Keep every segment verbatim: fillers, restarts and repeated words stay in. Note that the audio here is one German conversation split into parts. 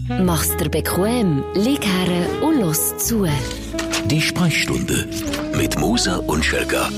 Mach's dir bequem, lieg her und los zu. Die Sprechstunde mit Musa und Schelka.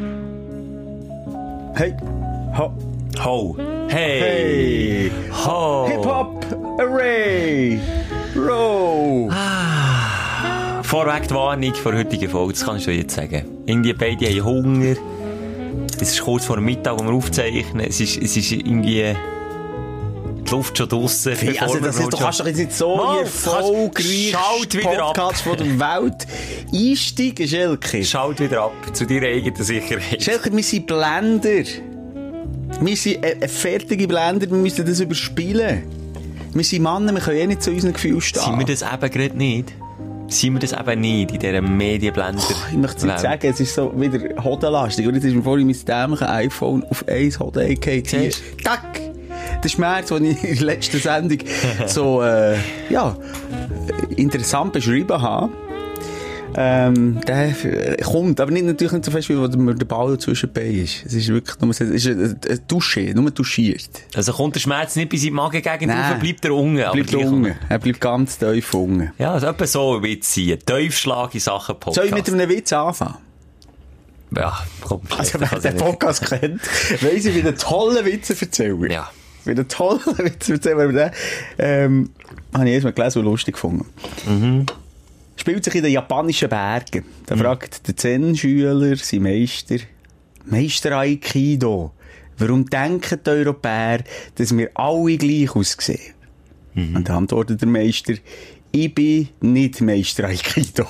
Hey, ho, Ho. Hey. hey, Ho. Hip-Hop, Array, Row. Ah. Vorweg die Warnung für heutige Folge, das kann ich schon jetzt sagen. Irgendwie beide haben Hunger. Es ist kurz vor dem Mittag, wo wir aufzeichnen. Es ist, es ist irgendwie die Luft schon draussen. Hey, also das ist, du kannst doch jetzt nicht so Mal, erfolgreich Podcast von der Welt einsteigen, Schelke. Schalt wieder ab, zu deiner eigenen Sicherheit. Schelke, wir sind Blender. Wir sind eine fertige Blender, wir müssen das überspielen. Wir sind Männer, wir können eh nicht zu unseren Gefühlen stehen. Sind wir das eben gerade nicht? Sind wir das eben nicht in dieser Medienblender? Oh, ich möchte jetzt sagen, es ist so wieder hodenlastig. Und jetzt ist mir vorhin mein dämliches iPhone auf eins Hoden gefallen. Tack! Der Schmerz, den ich in der letzten Sendung so, äh, ja, interessant beschrieben habe, ähm, der kommt, aber nicht, natürlich nicht so fest, wie wenn der Ball zwischen den Beinen ist. Es ist wirklich nur, es ist eine Dusche, nur duschiert. Also kommt der Schmerz nicht bei seinem Magengegend rauf, bleibt er unten. Bleibt er unten. Er bleibt ganz tief unten. Ja, also etwa so ein Witz sein. Tiefschlag in Sachen Podcast. Soll ich mit einem Witz anfangen? Ja, komm. Also, wer den Podcast kennt, weiss ich, wie einen tollen Witz erzählen. Ja. Wie einen tollen Witz erzählen. Aber den, ähm, habe ich erst mal gelesen und lustig gefunden. Mhm. Spielt sich in den japanischen Bergen. Da mhm. fragt der Zen-Schüler, sein Meister, Meister Aikido, warum denken die Europäer, dass wir alle gleich aussehen? Mhm. Und da antwortet der Meister, ich bin nicht Meister Aikido.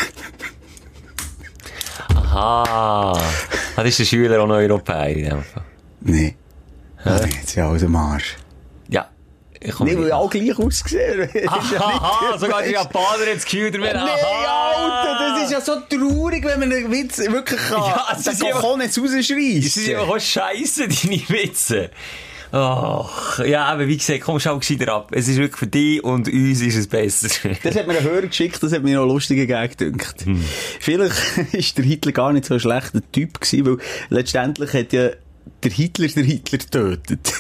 Aha. Das ist der Schüler auch noch Europäer. Nein. Ja. Jetzt ja aus dem Arsch. Ja. Ich nee, weil wir alle gleich aussehen. Aha, sogar die Japaner haben das Gefühl damit. Nee, Alter, das ist ja so traurig, wenn man einen Witz wirklich kann. Ja, den Kochones rausschreisst. Das ist einfach auch scheisse, deine Witze. Ach, ja, aber wie gesagt, komm, schau gescheiter ab. Es ist wirklich für dich und uns ist es besser. Das hat mir ein Hörer geschickt, das hat mir noch lustige Gag gedünkt. Hm. Vielleicht ist der Hitler gar nicht so ein schlechter Typ gewesen, weil letztendlich hat ja der Hitler der Hitler getötet.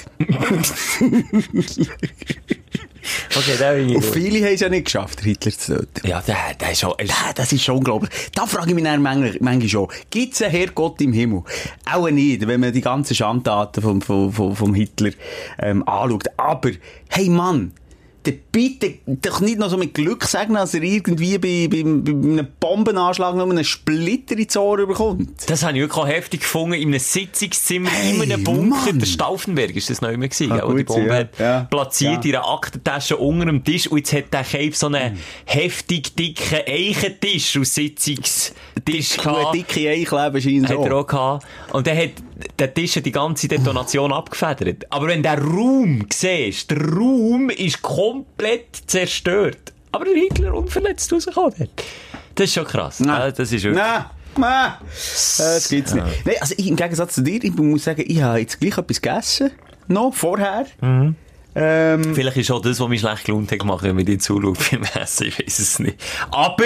Okay, der bin ich und viele haben es ja nicht geschafft, den Hitler zu töten. Ja, der, der ist schon... Der, das ist schon unglaublich. Da frage ich mich dann manchmal, manchmal schon, gibt es einen Herrgott im Himmel? Auch nicht, wenn man die ganzen Schandtaten vom, vom, vom, vom Hitler ähm, anschaut. Aber, hey Mann, der bitte doch nicht noch so mit Glück sagen, dass er irgendwie bei, bei, bei einem Bombenanschlag noch einen Splitter ins Ohr bekommt. Das habe ich wirklich auch heftig gefunden, in einem Sitzungszimmer, hey, in einem Bunker. Mann. Der Stauffenberg ist das noch immer gewesen, ah, die Bombe hat ja. platziert ja. in einer Aktentasche unter dem Tisch und jetzt hat der Keib so einen mm. heftig dicken Eichentisch aus Sitzungstisch gehabt. Eine dicke Eichleben scheint so. Hat er auch gehabt. Und der hat der Tisch hat die ganze Detonation abgefedert. Aber wenn der Raum siehst, der Raum ist komplett zerstört. Aber der Hitler unverletzt rausgekommen hat. Das ist schon krass. Nein. Das ist wirklich... Nein. Nein. Das gibt's nicht. Nein, also ich, im Gegensatz zu dir, ich muss sagen, ich habe jetzt gleich etwas gegessen. Noch, vorher. Mhm. Ähm, Vielleicht ist auch das, was mich schlecht gelohnt hat gemacht, wenn man dir zuschaut beim Essen. Ich weiss es nicht. Aber...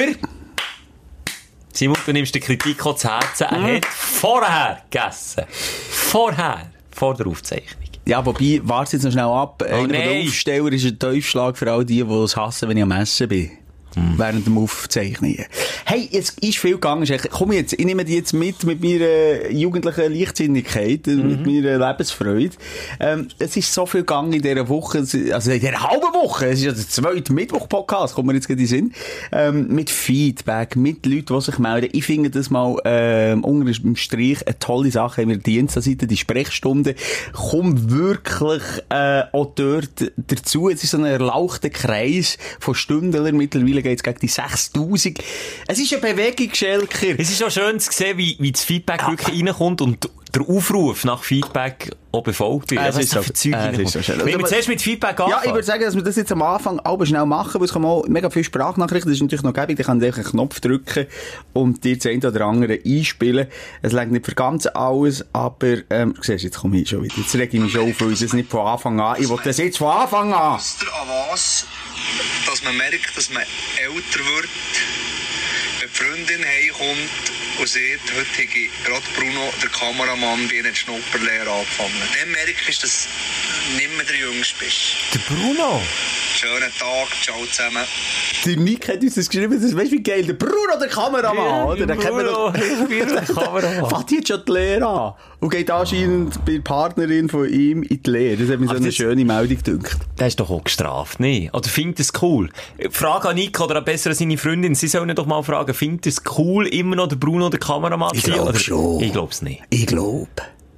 Simon, du nimmst die Kritik auch zu Herzen. Er mm. hat vorher gegessen. Vorher. Vor der Aufzeichnung. Ja, wobei, warte jetzt noch schnell ab. Oh, Einer der Aufsteller ist ein Tiefschlag für all die, die es hassen, wenn ich am Essen bin. Mm. Während dem Aufzeichnen. Hey, es ist viel gegangen. Komm jetzt, ich nehme die jetzt mit, mit meiner jugendlichen Leichtsinnigkeit, mm-hmm. mit meiner Lebensfreude. Ähm, es ist so viel gegangen in dieser Woche, also in dieser halben Woche. Es ist ja der zweite Mittwoch-Podcast, kommt mir jetzt gerade in den Sinn. Ähm, mit Feedback, mit Leuten, die sich melden. Ich finde das mal, ähm, unter dem Strich eine tolle Sache. Haben wir die Dienstseite, die Sprechstunde. Kommt wirklich, äh, auch dort dazu. Es ist so ein erlauchter Kreis von Stündlern. Mittlerweile geht es gegen die sechstausend. Es ist eine Bewegung, Schelker. Es ist auch schön zu sehen, wie, wie das Feedback ja. wirklich reinkommt und der Aufruf nach Feedback auch befolgt wird. Äh, es ist so, äh, ist so schön. Wenn wir zuerst mit Feedback anfangen. Ja, ich würde sagen, dass wir das jetzt am Anfang aber schnell machen, weil es kommen auch mega viele Sprachnachrichten. Das ist natürlich noch gäbig. Da kann ich einen Knopf drücken und dir das eine oder andere einspielen. Es legt nicht für ganz alles, aber, ähm, du siehst, jetzt komme ich schon wieder. Jetzt rege ich mich schon auf, weil ich das nicht von Anfang an. Ich will das jetzt von Anfang an. An was, dass man merkt, dass man älter wird, wenn die Freundin heimkommt und sieht, heute habe gerade Bruno, der Kameramann, bei einer Schnupperlehre angefangen. Dann merkst du, dass du nicht mehr der Jüngste bist. Der Bruno? Schönen Tag, ciao zusammen. Der Nick hat uns das geschrieben, das weißt du wie geil, der Bruno, der Kameramann, ja, oder? Der Bruno, der Kameramann. Fängt jetzt schon die Lehre an und geht anscheinend bei der Partnerin von ihm in die Lehre. Das hat mir so eine schöne Meldung gedacht. Der ist doch auch gestraft, ne? Oder findet es cool? Frage an Nick oder besser an seine Freundin, sie sollen doch mal fragen, findet es cool, immer noch der Bruno, der Kameramann? Ich glaube schon. Ich glaube es nicht. Ich glaube.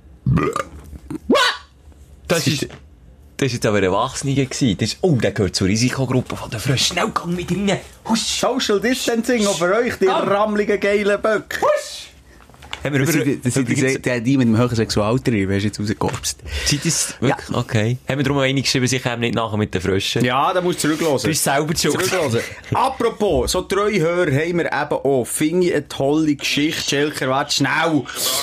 Das ist... Das war jetzt aber ein Erwachsener gewesen. Das ist, oh, der gehört zur Risikogruppe von der Frösche. Schnell, gang mit rein. Husch. Social Distancing auch für euch, die rammeligen, geilen Böcke. Husch. Haben wir das über... sind, das sind die, die, die mit dem höheren Sexualtrieb, hast du jetzt rausgekopst. Sind das wirklich? Ja. Okay. Haben wir darum einig geschrieben, sie kommen nicht nachher mit den Fröschen? Ja, da musst du zurückhören. Du bist selber schon. Zurückhören. Apropos, so treue Hörer haben wir eben auch. Finde ich eine tolle Geschichte, Schelker, warte, schnell.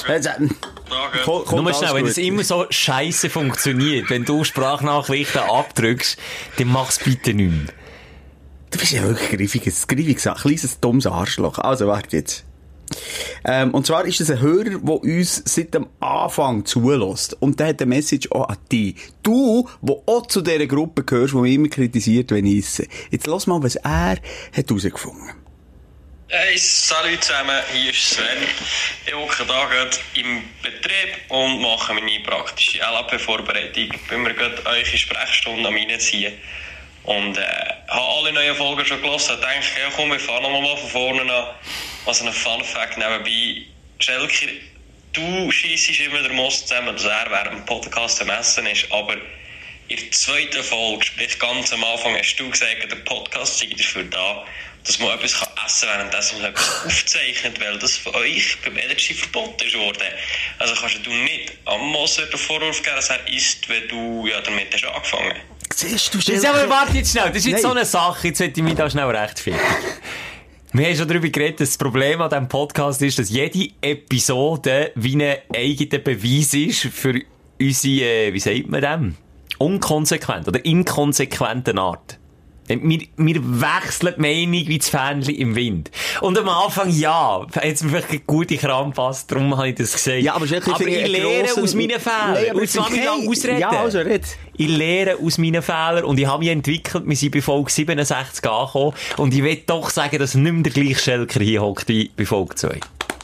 Nur schnell, wenn das immer so scheisse funktioniert, wenn du Sprachnachrichten abdrückst, dann mach's bitte nicht mehr. Du bist ja wirklich griffiges, griffiges, ein kleines, dummes Arschloch. Also, warte jetzt. Ähm, und zwar ist es ein Hörer, der uns seit dem Anfang zulässt. Und der hat eine Message auch an dich. Du, der auch zu dieser Gruppe gehörst, die mich immer kritisiert, wenn ich esse. Jetzt lass mal, was er hat herausgefunden. Hey, salut zusammen, hier ist Sven. Ich hocke da gerade im Betrieb und mache meine praktische L A P-Vorbereitung. Bin mir gerade eure Sprechstunde am reinziehen. Und äh, habe alle neuen Folgen schon gehört. Ich denke, ja komm, wir fahren nochmal von vorne an. Also ein Fun-Fact nebenbei. Schelker, du scheissest immer den Most zusammen, dass er während dem Podcast am Essen ist. Aber in der zweiten Folge, sprich ganz am Anfang, hast du gesagt, der Podcast sei dafür da, dass man etwas essen kann, währenddessen man etwas aufzeichnet, weil das für euch beim Energy verboten ist worden. Also kannst du nicht am Moser den Vorwurf geben, dass er isst, wenn du ja damit hast angefangen hast. Siehst du, das aber warte jetzt schnell, das ist jetzt Nein. so eine Sache, jetzt sollte ich mich da schnell rechtfertigen. Wir haben schon darüber geredet, dass das Problem an diesem Podcast ist, dass jede Episode wie ein eigener Beweis ist für unsere, äh, wie sagt man dem? Unkonsequent oder inkonsequente Art. Wir, wir wechseln die Meinung wie das Fähnchen im Wind. Und am Anfang, ja, hat es mir vielleicht eine gute Kram passt, darum habe ich das gesagt. Ja, aber, aber ich, ich lehre grossen... aus meinen Fehlern. Und zwar nicht lang ausreden. Ja, also red. Ich lehre aus meinen Fehlern und ich habe mich entwickelt. Wir sind bei Folge siebenundsechzig angekommen und ich will doch sagen, dass nicht mehr der gleiche Schelker hier hockt wie bei Folge zwei.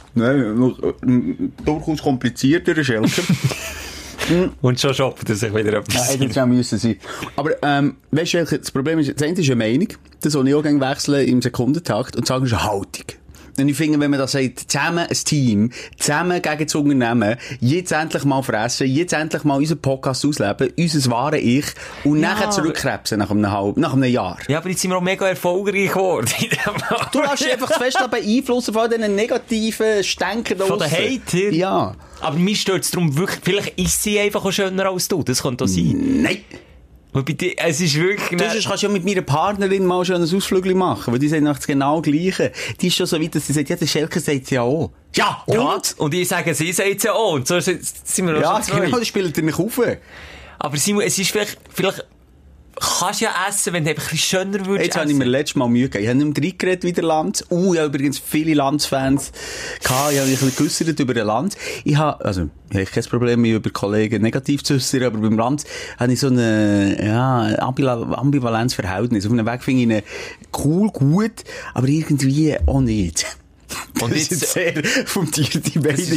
Nein, durchaus komplizierter Schelker. Und schon shoppt er sich wieder etwas. Nein, das müssen sein. Aber, ähm, weißt du, das Problem ist, das eine ist eine Meinung, das soll ich auch gerne wechseln im Sekundentakt, und sagen ist eine Haltung. Und ich finde, wenn man das sagt, zusammen ein Team, zusammen gegen das Unternehmen, jetzt endlich mal fressen, jetzt endlich mal unseren Podcast ausleben, unser wahre Ich, und ja, nachher zurückkrebsen nach einem halben, nach einem Jahr. Ja, aber jetzt sind wir auch mega erfolgreich geworden. Du lässt dich einfach zu fest beeinflussen von diesen negativen Stänkern da von den Hatern? Ja. Aber mir stört es darum wirklich, vielleicht ist sie einfach auch schöner als du, das könnte auch sein. Nein. Bitte, es ist wirklich... Du sonst kannst du ja mit meiner Partnerin mal schon ein Ausflügel machen, weil die sagt das genau Gleiche. Die ist schon so weit, dass sie sagt, ja, der Schelker sagt es ja auch. Ja, und? Ja, und ich sage, sie sagt es ja auch. Und so sind wir auch ja, schon zwei. Ja, genau, das spielt er nicht auf. Aber Simon, es ist vielleicht... vielleicht kannst du ja essen, wenn du einfach ein bisschen schöner würdest. Jetzt habe ich mir letztes Mal Mühe gegeben. Ich habe nicht mehr reingeredet wie der Lanz. Uh, ich habe übrigens viele Lanz-Fans gehabt. Ich habe mich ein bisschen geäussert über den Lanz. Ich habe, also, ich habe kein Problem, mich über Kollegen negativ zu äußern, aber beim Lanz habe ich so eine, ja, Ambivalenzverhältnis. Auf einem Weg finde ich ihn cool, gut, aber irgendwie auch nicht. Und das jetzt, ist sehr fundierte Meinung.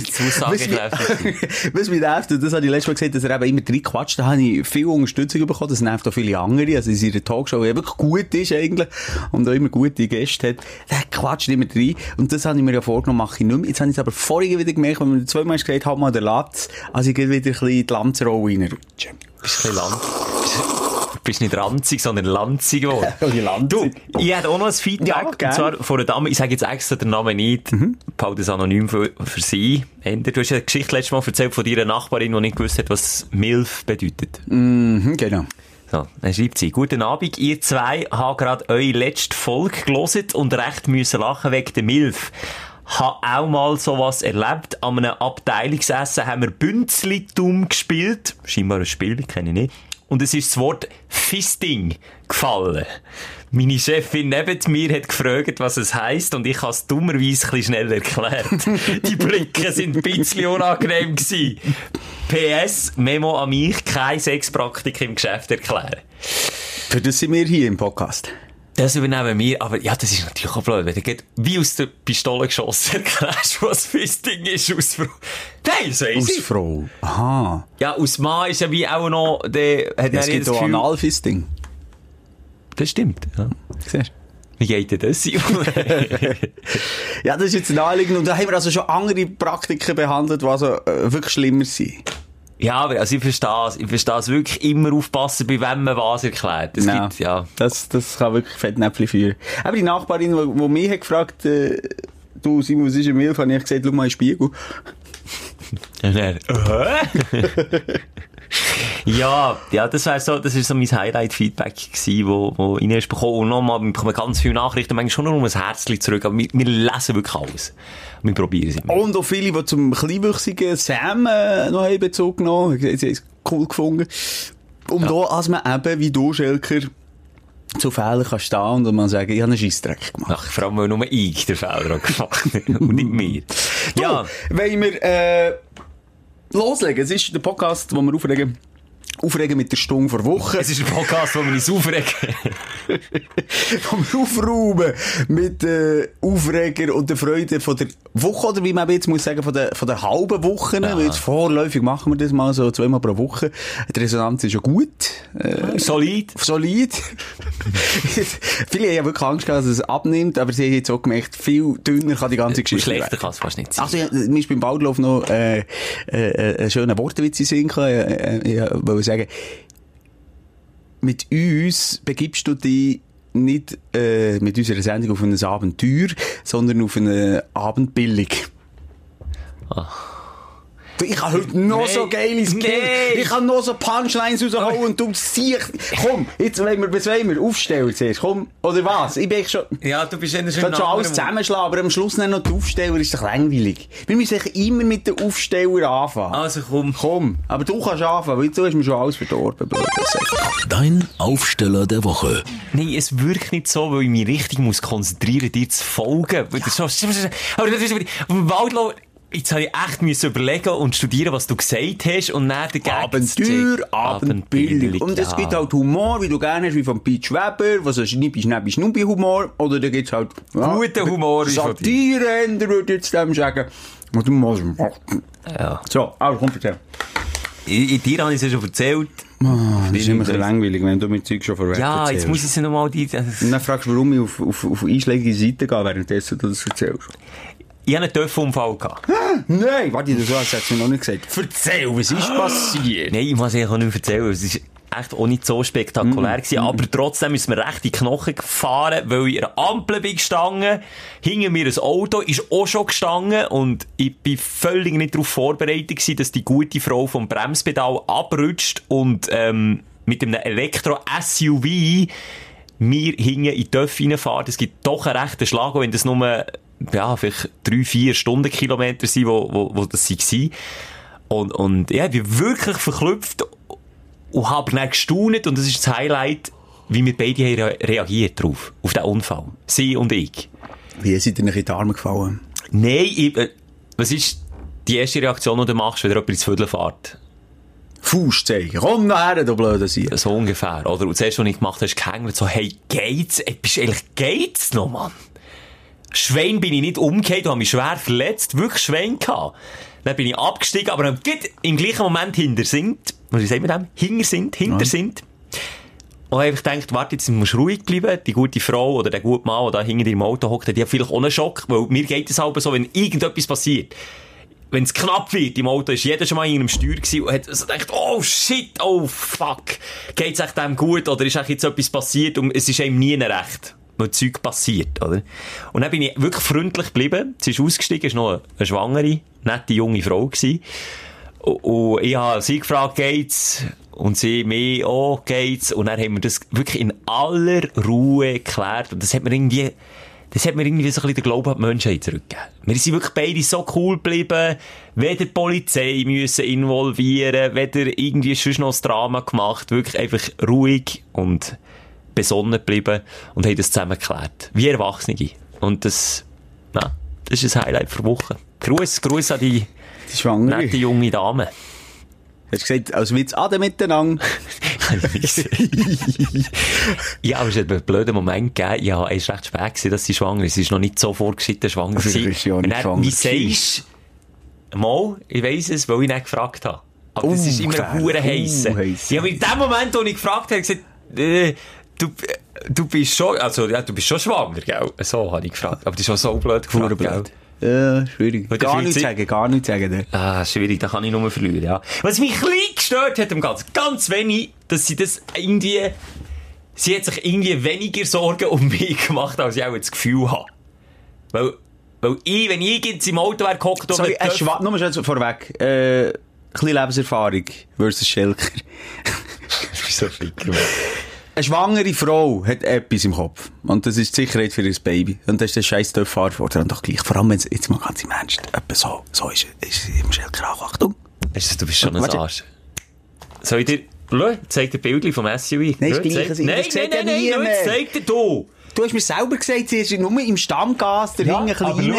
Was mich nervt, und das habe ich letztes Mal gesagt, dass er eben immer drin quatscht, da habe ich viel Unterstützung bekommen, das nervt auch viele andere, also in seiner Talkshow, die wirklich gut ist eigentlich, und auch immer gute Gäste hat, der quatscht immer drin, und das habe ich mir ja vorgenommen, mache ich nicht mehr. Jetzt habe ich es aber vorhin wieder gemerkt, wenn man zweimal gesagt hat, halt mal den Latz, also ich gehe wieder ein bisschen in die Lanzrolle reinrutschen. Bist du ein bisschen Land? Du bist nicht ranzig, sondern lanzig geworden. Lanzig. Du, ich hätte auch noch ein Feedback. Ja, und zwar von einer Dame, ich sage jetzt extra den Namen nicht, mhm. behalte das anonym für, für sie. Du hast ja eine Geschichte letztes Mal erzählt von deiner Nachbarin, die nicht gewusst hat, was MILF bedeutet. Mhm, genau. So, dann schreibt sie, guten Abend, ihr zwei habt gerade eure letzte Folge gelesen und recht müssen lachen wegen der MILF. Habe auch mal sowas erlebt. An einem Abteilungsessen haben wir Bünzli-Dumm gespielt. Scheinbar ein Spiel, kenne ich nicht. Und es ist das Wort Fisting gefallen. Meine Chefin neben mir hat gefragt, was es heisst, und ich habe es dummerweise ein bisschen schnell erklärt. Die Blicke sind ein bisschen unangenehm gewesen. P S, Memo an mich, kein Sexpraktik im Geschäft erklären. Für das sind wir hier im Podcast. Das übernehmen wir, aber ja, das ist natürlich auch blöd, wenn du geht wie aus der Pistole geschossen erklärst, was Fisting ist aus Frau. Nein, so ist Aus Frau? Aha. Ja, aus Mann ist ja wie auch noch, der hat ja, es gibt auch Analfisting. Das stimmt, ja. Siehst du? Wie geht denn das? Ja, das ist jetzt naheliegend. Und da haben wir also schon andere Praktiken behandelt, die also äh, wirklich schlimmer sind. Ja, aber also ich verstehe es. Ich verstehe es wirklich, immer aufpassen, bei wem man was erklärt. Das ja, gibt, ja. Das, das kann wirklich Fettnäpfchen führen. Aber die Nachbarin, die, die mich hat gefragt, äh, du Simon, was ist ein Milf? Habe ich gesagt, schau mal in den Spiegel. Ja, ja, das wäre so, das ist so mein Highlight-Feedback gewesen, wo, wo rein ist bekommen. Und nochmal, wir bekommen ganz viele Nachrichten, manchmal schon nur um ein Herzchen zurück, aber wir, wir lesen wirklich alles. Wir probieren es immer. Und auch viele, die zum kleinwüchsigen Sam äh, noch haben Bezug genommen. Sie haben es cool gefunden. Und ja. Da, als man eben, wie du, Schelker, zu Fehlern kann stehen und mal sagen, ich habe einen Scheissdreck gemacht. Ach, vor allem, weil nur ich den Fehler gemacht habe und nicht mehr. Ja. Wenn wir, äh, loslegen. Es ist der Podcast, wo wir aufregen. Aufregen mit der Stunde vor Woche. Es ist ein Podcast, wo wir uns aufregen. Wo wir aufräumen mit äh, Aufreger und der Freude von der Woche, oder wie man jetzt muss sagen, von der, von der halben Woche. Ja. Weil jetzt vorläufig machen wir das mal so zweimal pro Woche. Die Resonanz ist ja gut. Äh, solid. Solid. Viele haben ja wirklich Angst gehabt, dass es abnimmt, aber sie haben jetzt auch gemerkt, viel dünner kann die ganze Geschichte werden. Schlechter kann es fast nicht sein. Also, ja, mir ist beim Waldlauf noch äh, äh, einen schönen Wortwitz in Sinn gekommen. Äh, äh, ich sagen, mit uns begibst du dich nicht äh, mit unserer Sendung auf ein Abenteuer, sondern auf eine Abendbildung. Ach. Ich habe heute noch nee, so geile Skills. Nee. Ich kann noch so Punchlines rausholen und du siehst, komm, jetzt wollen wir, was wollen wir, aufstellen zuerst, komm, oder was? Ich bin schon, ja, du bist schon, schon alles zusammenschlagen, aber am Schluss noch die Aufsteller ist doch langweilig. Wir müssen immer mit den Aufstellern anfangen. Also komm. Komm, aber du kannst anfangen, weil du hast mir schon alles verdorben. Dein Aufsteller der Woche. Nein, es wirkt nicht so, weil ich mich richtig muss konzentrieren, dir zu folgen. Ja. So, aber das ist, Waldlauf, jetzt habe ich echt müssen überlegen und studieren, was du gesagt hast, und dann den Abenteuer, Abendbildung. Und es ja. gibt halt Humor, wie du gerne hast, wie von Pete Schweber, was so Schnippi, Schnäppi, Schnuppi Humor, oder da gibt's halt, ja, guter Humor. Satire, würde ich jetzt dem sagen. Und du musst, ja. So, also komm, erzähl. Ich, ich, dir habe ich es ja schon erzählt. Oh, das ist immer so langweilig, wenn du mit Zeug schon vorweg ja, erzählst. Jetzt muss ich es nochmal die... Und dann fragst du, warum ich auf, auf, auf einschlägige Seiten gehe, währenddessen du das erzählst. Ich hatte einen Töpfunfall. Nein, warte, das hast du mir noch nicht gesagt. Erzähl, was ist passiert? Nein, ich muss es auch nicht erzählen. Es ist echt auch nicht so spektakulär gewesen, mm. aber trotzdem ist mir recht in die Knochen gefahren, weil ich an der Ampel bin gestanden, hinter mir ein Auto ist auch schon gestanden und ich bin völlig nicht darauf vorbereitet gewesen, dass die gute Frau vom Bremspedal abrutscht und ähm, mit einem Elektro-S U V mir hinten in die Töpfe reinfahren. Es gibt doch einen rechten Schlag, wenn das nur ja, vielleicht drei, vier Stundenkilometer sind, wo, wo, wo das waren. Und, und ja, ich bin wirklich verklüpft und habe dann gestaunt, und das ist das Highlight, wie wir beide re- reagiert drauf, auf den Unfall. Sie und ich. Wie seid ihr euch in die Arme gefallen? Nein, ich, äh, was ist die erste Reaktion, die du machst, wenn dir jemand ins Viertel fährt? Fuß zeigen. Komm nachher, du blöder Sieg. So ungefähr, oder? Und das erste, was ich gemacht habe, ist gehängt, so, hey, geht's? Ey, bist eigentlich, geht's noch, Mann? Schwein bin ich nicht umgekehrt, du hast mich schwer verletzt, wirklich Schwein gehabt. Dann bin ich abgestiegen, aber dann im gleichen Moment hinter sind, was sagen wir dem? Hinter sind, hinter ja. sind. Und ich habe gedacht, warte, jetzt musst du ruhig bleiben. Die gute Frau oder der gute Mann, der da hinter dir im Auto hockt, die hat vielleicht auch einen Schock, weil mir geht es halt so, wenn irgendetwas passiert. Wenn es knapp wird im Auto, ist jeder schon mal in einem Steuer gewesen und hat so gedacht, oh shit, oh fuck, geht's echt dem gut oder ist echt jetzt etwas passiert und es ist einem nie recht. Weil Zeug passiert, oder? Und dann bin ich wirklich freundlich geblieben. Sie ist ausgestiegen, ist noch eine schwangere, nette junge Frau gewesen. Und ich habe sie gefragt, geht's? Und sie mir, oh, geht's? Und dann haben wir das wirklich in aller Ruhe geklärt. Und das hat mir irgendwie, das hat mir irgendwie so ein bisschen den Glauben an die Menschheit zurückgegeben. Wir sind wirklich beide so cool geblieben, weder die Polizei müssen involvieren, weder irgendwie schon noch das Drama gemacht, wirklich einfach ruhig und besonnen geblieben und haben das zusammen geklärt. Wie Erwachsene. Und das, na, das ist ein Highlight für Woche. Gruß, Gruß an die, die schwangere, nette junge Dame. Hast du gesagt, als Witz alle miteinander? Ja, aber es hat einen blöden Moment gegeben. Ja, es war recht spät gewesen, dass sie schwanger ist. Sie ist noch nicht so vorgeschritten schwanger gewesen. Wie sagst du, mal, ich weiss es, weil ich nicht gefragt habe. Aber uh, das ist immer ein hure heissen. Uh, ja, aber in dem Moment, wo ich gefragt habe, gesagt, äh, du, du bist schon, also, ja, du bist schon schwanger, gell? So habe ich gefragt. Aber das ist schon so blöd gefragt, gell? Ja, schwierig. Weil gar nichts sagen, gar nichts sagen. Ah, schwierig, da kann ich nur verlieren, ja. Was mich klein gestört hat, im Ganzen, ganz wenig, dass sie das irgendwie, sie hat sich irgendwie weniger Sorgen um mich gemacht, als ich auch das Gefühl habe. Weil, weil ich, wenn ich jetzt im Auto wäre gehockt und Sorry, äh, schwa- nur mal schon vorweg, äh, ein bisschen Lebenserfahrung versus Schelker. Das ist so ficker. Eine schwangere Frau hat etwas im Kopf. Und das ist die Sicherheit für ihr Baby. Und das ist der scheiß Töpffahrfahrer. Und doch gleich. Vor allem, wenn es jetzt mal ganz im Ernst, etwa so, so ist es im Schelker auch. Achtung. Du bist schon ein Arsch. Soll ich dir, schau, zeig dir Bildchen vom S U V. Nein, ist gleich. Nein, nein, nein, nein, nein, nein, nein, zeig dir du. Du hast mir selber gesagt, sie ist nur im Stammgas, der ja, Ring ein bisschen rein.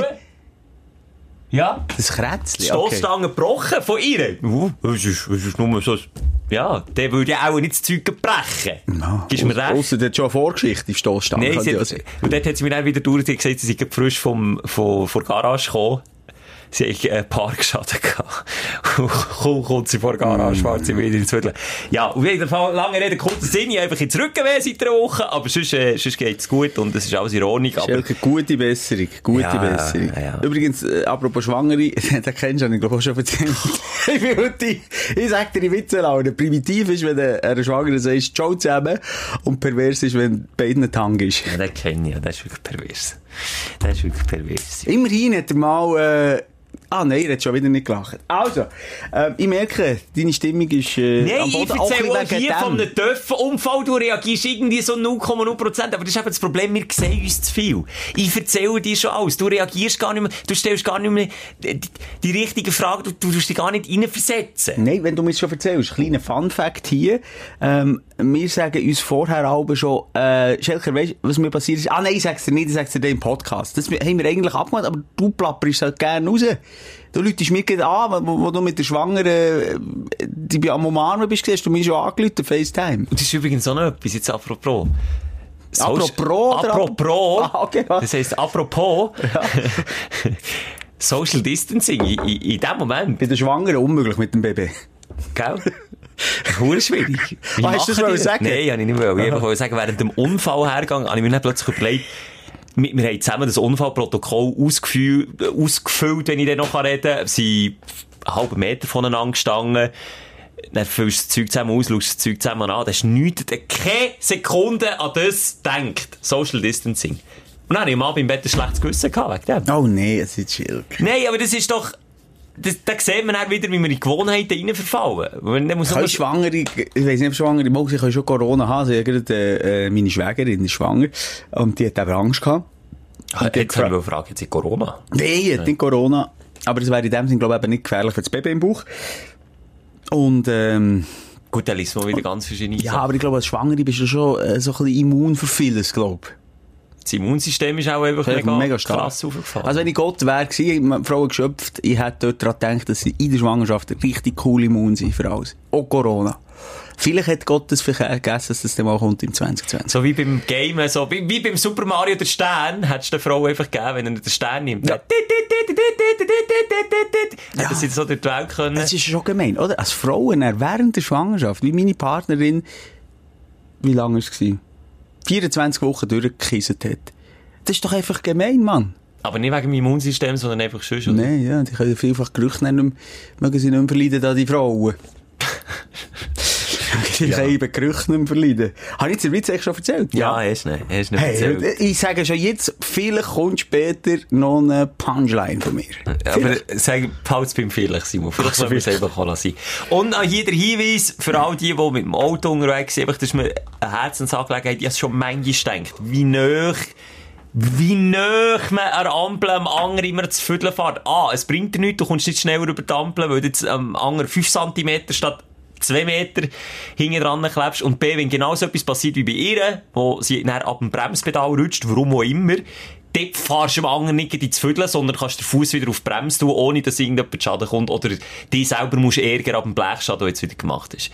Ja. Das Krätzchen. Stoßstange okay. gebrochen von ihr. Uh, das ist, das ist nur so. Ja, der würde ja auch nicht das Zeug brechen. No, Gibst mir recht? Ausser der hat schon eine Vorgeschichte, die Stoßstange. Nein, sie hat, und dort hat sie mir dann wieder durch gesagt, sie sei frisch vom, von, von der Garage gekommen. Sie hat einen Parkschaden gehabt. Kaum kommt sie vor der Garage, fährt sie wieder ins Viertel. Ja, auf jeden Fall, lange Rede, kurzer Sinn, ich einfach ins Rücken weh seit einer Woche, aber sonst, äh, sonst geht's gut und es ist alles in Ordnung. Schelke, gute Besserung, gute ja, Besserung. Ja. Übrigens, äh, apropos Schwangere, den kennst du, ich glaube auch schon erzählt. ich bin ich sag dir, ich Witze laune. Primitiv ist, wenn du einer Schwangeren sagst, ciao zusammen, und pervers ist, wenn beiden Tang ist. Ja, den kenne ich, ja, das ist wirklich pervers. Das ist wirklich pervers. Immerhin hat er mal, äh, Ah, nein, er hat schon wieder nicht gelacht. Also, äh, ich merke, deine Stimmung ist äh, nein, am Boden. Nein, ich erzähle auch hier von einem Töpfenunfall. Du reagierst irgendwie so null Komma null Prozent. Aber das ist eben das Problem, wir sehen uns zu viel. Ich erzähle dir schon alles. Du reagierst gar nicht mehr, du stellst gar nicht mehr die, die richtige Frage, du, du tust dich gar nicht reinversetzen. Nein, wenn du mir schon erzählst, kleiner Fun-Fact hier. Ähm, wir sagen uns vorher alle schon, äh, Schelker, weißt du, was mir passiert ist? Ah, nein, ich sag's dir nicht, ich sag's dir im Podcast. Das haben wir eigentlich abgemacht, aber du plapperst halt gerne raus. Du läutest mir gerade an, wo, wo du mit der Schwangeren, die bei am Umarmen bist, hast du mich schon angerufen, FaceTime. Und das ist übrigens auch noch etwas, jetzt apropos. Apropos? Apropos. Ah, okay, was? Das heisst, apropos. Ja. Social Distancing, in, in, in dem Moment. Bei der Schwangeren unmöglich mit dem Baby. Gell? Hure schwierig. Was hast du das wollen sagen? Nein, ich nicht wollen. Ich wollte sagen, während dem Unfall hergegangen, habe ich mir dann plötzlich überlegt, wir, wir haben zusammen das Unfallprotokoll ausgefüllt, ausgefüllt, wenn ich dann noch reden kann. Sie sind einen halben Meter voneinander gestanden. Dann füllst du das Zeug zusammen aus, schaust das Zeug zusammen an. Da ist nichts, keine Sekunde an das denkt. Social Distancing. Und dann habe ich am Abend im Bett ein schlechtes Gewissen gehabt, wegen dem. Oh nee, es ist chill. Nein, aber das ist doch, das, da sieht man dann wieder, wie wir in Gewohnheiten reinverfallen. Dann muss man Schwangere, ich weiss nicht, ob Schwangere, mal, sie können schon Corona haben. Sie hat gerade, äh, meine Schwägerin ist schwanger. Und die hat eben Angst gehabt. Ah, jetzt haben wir gefragt, hat sie Corona? Nein, sie hat nicht Corona. Aber es wäre in dem Sinne, glaube ich, eben nicht gefährlich für das Baby im Bauch. Und, ähm, gut, dann liest man wieder ganz verschiedene Ja, Sachen. aber ich glaube, als Schwangere bist du schon äh, so ein bisschen immun für vieles, glaube ich. Das Immunsystem ist auch einfach mega, mega krass aufgefallen. Also wenn ich Gott wäre gewesen, Frauen geschöpft, ich hätte dort daran gedacht, dass sie in der Schwangerschaft richtig cool immun sind für alles. Auch Corona. Vielleicht hat Gott das vergessen, dass das dann mal kommt im zwanzig zwanzig. So wie beim Gamen, so wie, wie beim Super Mario der Stern, hättest du der Frau einfach gegeben, wenn er den Stern nimmt. Ja. Ja. Dass sie so durch die Welt können. Das ist schon gemein, oder? Als Frauen während der Schwangerschaft, wie meine Partnerin, wie lange war es? vierundzwanzig Wochen durchgekisset hat. Das ist doch einfach gemein, Mann. Aber nicht wegen dem Immunsystem, sondern einfach schon. Oder? Nein, ja, die können vielfach Gerüche nennen, mögen sie nicht mehr verleiden, da die Frauen. Die ja. können eben Gerüche nicht mehr verleiden. Habe ich dir den Witz eigentlich schon erzählt? Ja, er ist nicht, er ist nicht hey, erzählt. Ich sage schon jetzt, vielleicht kommt später noch eine Punchline von mir. Aber sag, halt es beim vielleicht, Simon. Vielleicht soll man es einfach lassen. Und hier der Hinweis für all die, die mit dem Auto unterwegs sind, das ist mir eine Herzensangelegenheit. Ich habe schon manchmal gedacht, wie nöch wie nöch man an der Ampel am anderen immer zu Viertel fährt. Ah, es bringt dir nichts, du kommst nicht schneller über die Ampel, weil du jetzt am anderen fünf Zentimeter statt zwei Meter hinten dran klebst. Und B, wenn genau so etwas passiert wie bei ihr, wo sie dann ab dem Bremspedal rutscht, warum auch immer, dort fahrst du am anderen nicht ins Viertel, sondern kannst den Fuß wieder auf die Bremse tun, ohne dass irgendjemand Schaden kommt. Oder dich selber musst ärgern ab dem Blechschaden, der jetzt wieder gemacht ist.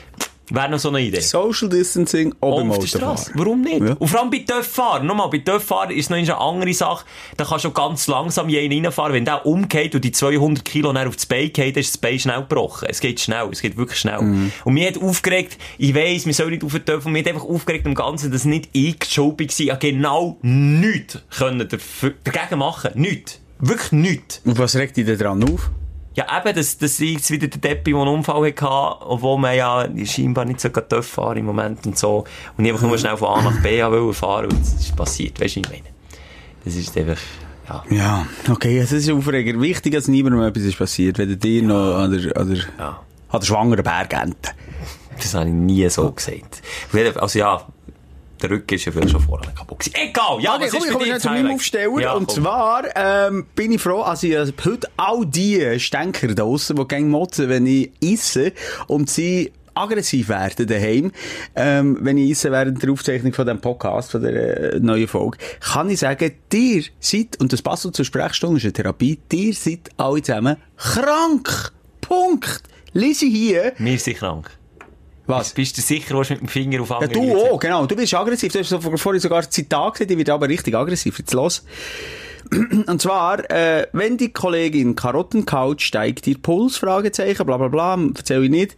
Wäre noch so eine Idee. Social Distancing auch beim auf der Autofahren. Strasse. Warum nicht? Ja. Und vor allem bei Töffahren. Nochmal, bei Töffahren ist noch eine andere Sache. Da kannst du ganz langsam jeden reinfahren. Wenn der umgeht und die zweihundert Kilo auf das Bein geht, dann ist das Bein schnell gebrochen. Es geht schnell. Es geht wirklich schnell. Mhm. Und mir hat aufgeregt, ich weiss, wir sollen nicht auf den Töpf, und mir hat einfach aufgeregt im Ganzen, dass nicht ich schuldig war, genau nichts können dafür, dagegen machen. Nichts. Wirklich nichts. Und was regt dich denn dran auf? Ja, eben, dass, dass ich jetzt wieder der Deppi, der einen Unfall hatte, obwohl man ja scheinbar nicht so gut fahren im Moment und so. Und ich einfach nur schnell von A nach B wollte fahren und das ist passiert. Weißt du, was ich meine? Das ist einfach, ja. Ja, okay, das ist aufregend. Wichtig, dass niemandem etwas ist passiert, weder dir noch an der, an der, Ja. an der schwangeren Bergente. Das habe ich nie so gesagt. Also ja, der Rücken ist ja vielleicht schon vorher kaputt gewesen. Egal, ja, okay, was komm, ist ich für komme dich schnell zu meinem Aufsteller. Ja, und komm. zwar ähm, bin ich froh, also ich also heute all die Stänker da draussen, die gerne motzen, wenn ich esse und sie aggressiv werden daheim, ähm, wenn ich esse während der Aufzeichnung von diesem Podcast, von der äh, neuen Folge, kann ich sagen, ihr seid, und das passt auch zur Sprechstunde, ist eine Therapie, ihr seid alle zusammen krank. Punkt. Lese hier. Wir sind krank. Was? Bist du sicher, was mit dem Finger auf Ja, andere du Leute- auch, genau. Du bist aggressiv. Du hast so vorhin sogar ein Zitat gesagt, ich werde aber richtig aggressiv. Jetzt los. Und zwar, äh, wenn die Kollegin Karottencouch steigt ihr Puls, Fragezeichen, bla bla bla, erzähl ich nicht.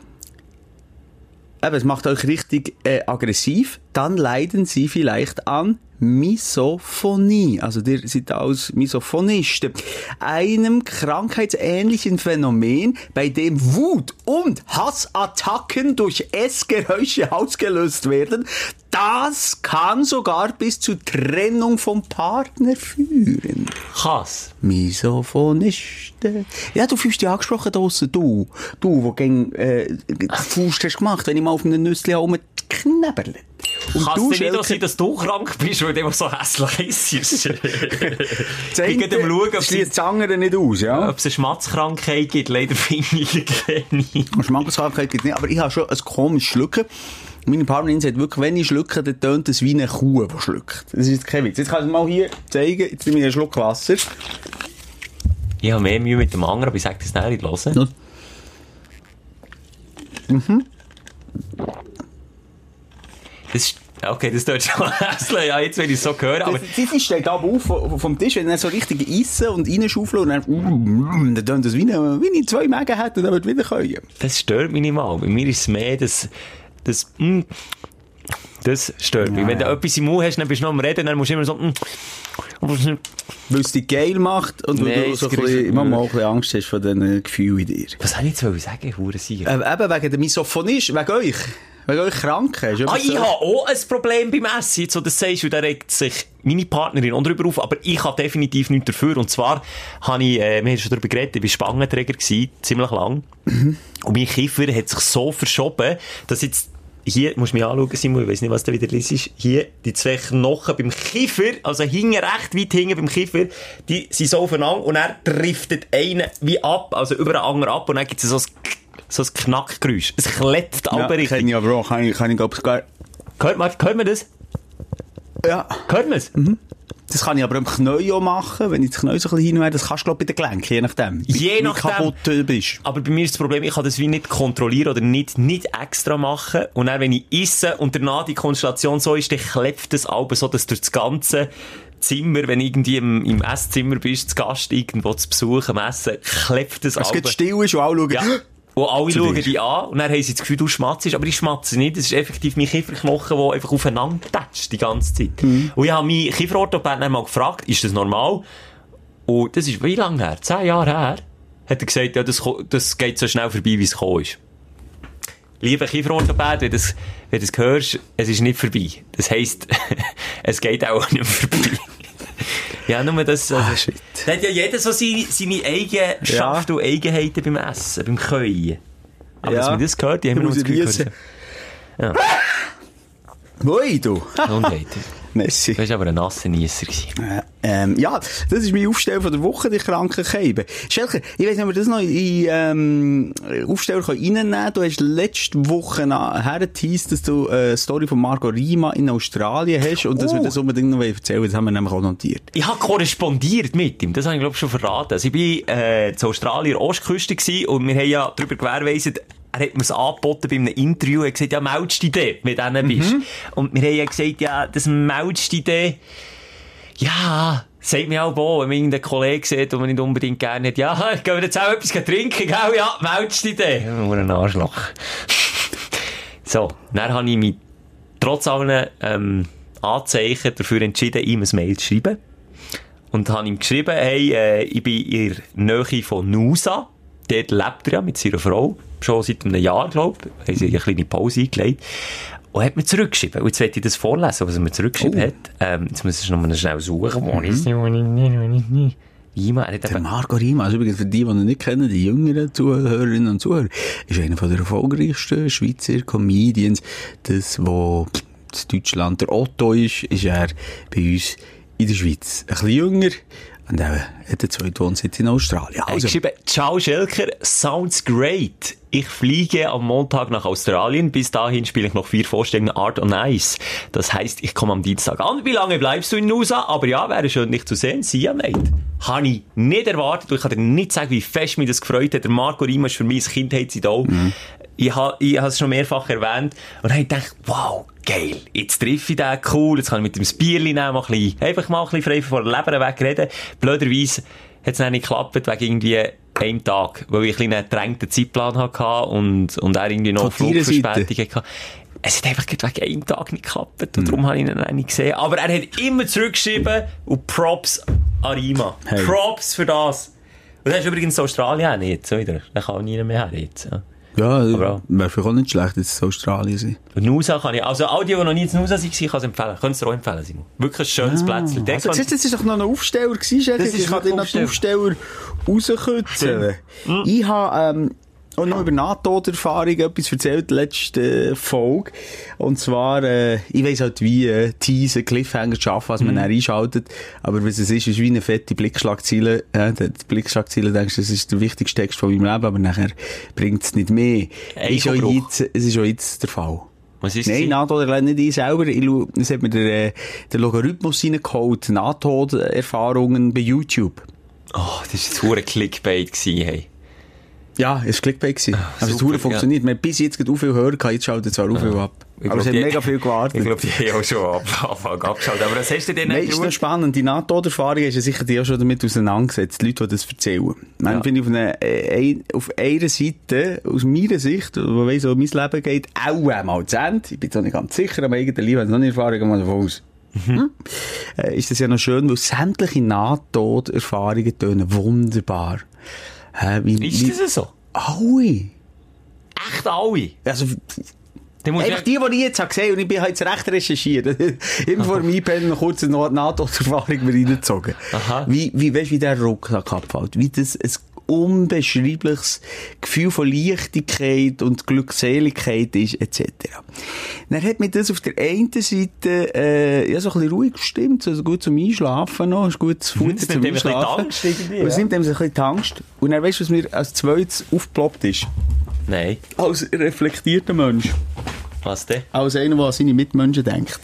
Eben, es macht euch richtig äh, aggressiv, dann leiden sie vielleicht an Misophonie. Also, ihr seid als Misophonisten. Einem krankheitsähnlichen Phänomen, bei dem Wut und Hassattacken durch Essgeräusche ausgelöst werden. Das kann sogar bis zur Trennung vom Partner führen. Krass. Misophonisten. Ja, du fühlst dich angesprochen draussen, du. Du, wo gegen, äh, die Faust hast gemacht, wenn ich mal auf einem Nüssli rumknäberle. Und Kann du, es denn nicht auch Schelke- sein, dass du krank bist, weil du immer so hässlich isst? Das Ich eine gehe schauen, ob schließt es das andere nicht aus, ja? ob es eine Schmatzkrankheit gibt. Leider finde ich keine. Schmackenskrankheit gibt es nicht, aber ich habe schon ein komisches Schlucken. Meine Partnerin sagt wirklich, wenn ich schlucke, dann tönt es wie eine Kuh, die schluckt. Das ist jetzt kein Witz. Jetzt kann ich es mal hier zeigen. Jetzt nehme ich einen Schluck Wasser. Ich habe mehr Mühe mit dem anderen, aber ich sage das nicht hören. Ja. Mhm. Das ist, okay, das tut schon hässlich. Ja, jetzt, wenn ich es so höre, aber... Sie steht aber auf vom vom Tisch, wenn er so richtig essen und reinschaufeln und dann, dann tönt es wie eine, wie eine zwei Mägen hat und dann wird wieder können. Das stört mich nicht mal. Bei mir ist es mehr das... Das... Mm, das stört mich. Ja, Wenn du ja. etwas im Mund hast, dann bist du noch am Reden, dann musst du immer so... Mm, Weil es dich geil macht und Nee, weil du es so ein greift- bisschen, immer mal ein bisschen Angst hast von diesen Gefühlen in dir. was soll ich jetzt wollen sagen, Hurensicher? Äh, eben wegen der Misophonie, wegen euch. Wegen euch Kranken. Ist Ah, etwas ich so- habe auch ein Problem beim Essen, jetzt, so das sagst du, da regt sich meine Partnerin auch drüber auf, aber ich habe definitiv nichts dafür. Und zwar habe ich, äh, wir haben schon darüber geredet, ich war Spangenträger gewesen, ziemlich lang. Mhm. Und mein Kiefer hat sich so verschoben, dass jetzt, hier, musst du mich anschauen, Simon, ich weiss nicht, was da wieder liest. Hier, die zwei Knochen beim Kiefer, also hinten, recht weit hinten beim Kiefer, die sind so aufeinander und er driftet einen wie ab, also über den anderen ab und dann gibt es so ein, so ein Knackgeräusch. Es klebt Ja, aber richtig. kenne ich aber auch. Kann ich, kann ich glaube ich gar... Hört man, hört man das? Ja. Hört man es? Das kann ich aber am Knie auch machen, wenn ich das Knie so ein bisschen hinwerde. Das kannst du, glaube ich, bei den Gelenken, je nachdem. Je wie, nachdem. Wie kaputt du bist. Aber bei mir ist das Problem, ich kann das wie nicht kontrollieren oder nicht, nicht extra machen. Und dann, wenn ich esse und danach die Konstellation so ist, dann klebt das Alben so, dass durch das ganze Zimmer, wenn du irgendwie im, im Esszimmer bist, zu Gast irgendwo zu Besuch am Essen, klebt das Es Alben. geht still ist und alle schauen. Ja. Und alle Zu schauen dir. dich an und dann haben sie das Gefühl, du schmatzt, aber ich schmatze nicht. Das ist effektiv mein Kieferknochen, der einfach aufeinander tätscht die ganze Zeit. Mhm. Und ich habe meinen Kieferorthopäden dann mal gefragt, ist das normal? Und das ist wie lange her? Zehn Jahre her? Hat er gesagt, ja, das, ko- das geht so schnell vorbei, wie es gekommen ist. Lieber Kieferorthopäde, wenn du das, wenn du das hörst, es ist nicht vorbei. Das heisst, es geht auch nicht vorbei. Ja, nur das, also, Ah, shit. da hat ja jeder so seine, seine Eigenschaft Ja. und Eigenheiten beim Essen, beim Können. Aber Ja. dass man das gehört, die haben Du wir noch musst das Gefühl niesen. gehört. Ja, Woi, du. Gesundheit. Messi. Du warst aber ein nasser Niesser gewesen. Äh, ähm, ja, das ist mein Aufsteller von der Woche, die kranken Keiben. Schelke, ich weiss nicht, ob wir das noch in ähm, Aufsteller reinnehmen können. Du hast letzte Woche hergeteased, dass du eine Story von Margot Rima in Australien hast und dass Oh. wir das unbedingt noch erzählen. Das haben wir nämlich auch notiert. Ich habe korrespondiert mit ihm, das habe ich glaube ich schon verraten. Also ich war äh, zu Australien, Ostküste gewesen, und wir haben ja darüber gewährleistet, er hat mir's angeboten bei einem Interview, er hat gesagt, ja, meldest dich dort, mit denen bist. Mhm. Und wir haben ja gesagt, ja, das meldest dich dort, ja, sagt mir auch, wo, wenn man irgendeinen Kollegen sieht, den man nicht unbedingt gerne hat, ja, gehen wir jetzt auch etwas trinken, gell, ja, meldest dich dort. Ja, nur ein Arschloch. So, dann habe ich mich trotz allen, ähm, Anzeichen dafür entschieden, ihm ein Mail zu schreiben. Und habe ihm geschrieben, hey, äh, ich bin in der Nähe von Nusa. Dort lebt er ja mit seiner Frau. Schon seit einem Jahr, glaube ich. Haben sie eine kleine Pause eingelegt. Und hat mir zurückgeschrieben. Und jetzt werde ich das vorlesen, was er mir zurückgeschrieben oh. hat. Ähm, jetzt muss ich noch mal schnell suchen. Wo ist es? Rima, er hat der Marco Rima, also übrigens für die, die ihn nicht kennen, die jüngeren Zuhörerinnen und Zuhörer, ist einer von der erfolgreichsten Schweizer Comedians. Das, wo in Deutschland der Otto ist, ist er bei uns in der Schweiz. Ein bisschen jünger. Und er hat den zweiten Wohnsitz in Australien. Also. Ich schreibe, ciao Schelker, sounds great. Ich fliege am Montag nach Australien. Bis dahin spiele ich noch vier Vorstellungen Art on Ice. Das heisst, ich komme am Dienstag an. Wie lange bleibst du in Nusa? Aber ja, wäre schön, dich zu sehen. See you, mate. Habe ich nicht erwartet. Und ich kann dir nicht sagen, wie fest mich das gefreut hat. Der Marco Rima ist für mich ein Kindheitsidol. Mhm. Ich habe ich habe es schon mehrfach erwähnt. Und dann habe ich gedacht, wow, geil. Jetzt treffe ich den, cool. Jetzt kann ich mit dem Spierli nehmen, mal ein bisschen, einfach mal ein bisschen frei von der Leber weg reden. Blöderweise hat es dann nicht geklappt, wegen irgendwie einem Tag, weil ich ein bisschen einen gedrängten Zeitplan hatte und, und er irgendwie noch Flugverspätungen hatte. Es hat einfach wegen einem Tag nicht geklappt und mhm. darum habe ich ihn dann nicht gesehen. Aber er hat immer zurückgeschrieben und Props an Rima. Hey. Props für das. Und das ist übrigens Australien auch nicht, so wieder. Da kann auch niemand mehr her jetzt. Ja. Ja, wäre vielleicht auch nicht schlecht, dass es Australien sein. Nusa kann ich, also all die, die noch nie in Nusa waren, kann es empfehlen. Könntest du dir auch empfehlen, Simon. Wirklich ein schönes ah. Plätzchen. Also, siehst du, das war doch noch ein Aufsteller gewesen, das ich kann dir noch den Aufsteller rauskützen. Mhm. Ich habe, ähm, auch noch über Nahtoderfahrung etwas erzählt, letzte Folge. Und zwar, äh, ich weiss halt, wie äh, Teaser, Cliffhanger zu schaffen, was man mm. dann einschaltet. Aber was es ist, ist wie eine fette Blickschlagziele. Äh, die Blickschlagziele, denkst du, das ist der wichtigste Text von meinem Leben, aber nachher bringt es nicht mehr. Ist auch jetzt, es ist auch jetzt der Fall. Was ist Nein, Nahtoderfahrung nicht ich selber. Ich schau, es hat mir der, äh, der Logarithmus reingeholt, Nahtoderfahrungen bei YouTube. Oh, das war jetzt ein Clickbait gewesen, hey. Ja, es war Clickbait gewesen. Ah, also, es hat funktioniert. Ja. Wir haben bis jetzt gerade auch viel hören können, jetzt schaltet zwar auch viel ab. Ich aber es hat die, mega viel gewartet. Ich glaube, die haben auch schon ab, Anfang abgeschaltet. Aber was hast du denn Nein, ist noch spannend. Die Nahtoderfahrung ist ja sicher die auch schon damit auseinandergesetzt. Die Leute, die das erzählen. Ja. Ich finde, auf, eine, äh, auf einer Seite, aus meiner Sicht, wo weiss, wo mein Leben geht, auch einmal zu Ende. Ich bin jetzt auch nicht ganz sicher, aber irgendwie habe ich noch eine Erfahrung, mal davon aus. Mhm. Äh, ist das ja noch schön, weil sämtliche Nahtoderfahrungen tönen wunderbar. Äh, wie, ist wie, das so? Alle. Echt alle? Also, einfach die, die ich jetzt habe gesehen, und ich bin jetzt recht recherchiert. Immer vor dem Einpennen noch kurz eine Nahtoderfahrung mir reingezogen. Aha. Wie, wie, weißt du, wie der Rucksack abfällt? Wie das ein unbeschreibliches Gefühl von Leichtigkeit und Glückseligkeit ist, et cetera. Dann hat mir das auf der einen Seite äh, ja, so ein bisschen ruhig gestimmt, also gut zum Einschlafen noch, ist gut zu Futter zum Einschlafen. Und es nimmt ihm so ein bisschen die Angst. Und dann weißt du, was mir als zweites aufgeploppt ist? Nein. Als reflektierter Mensch. Was denn? Als einer, der an seine Mitmenschen denkt.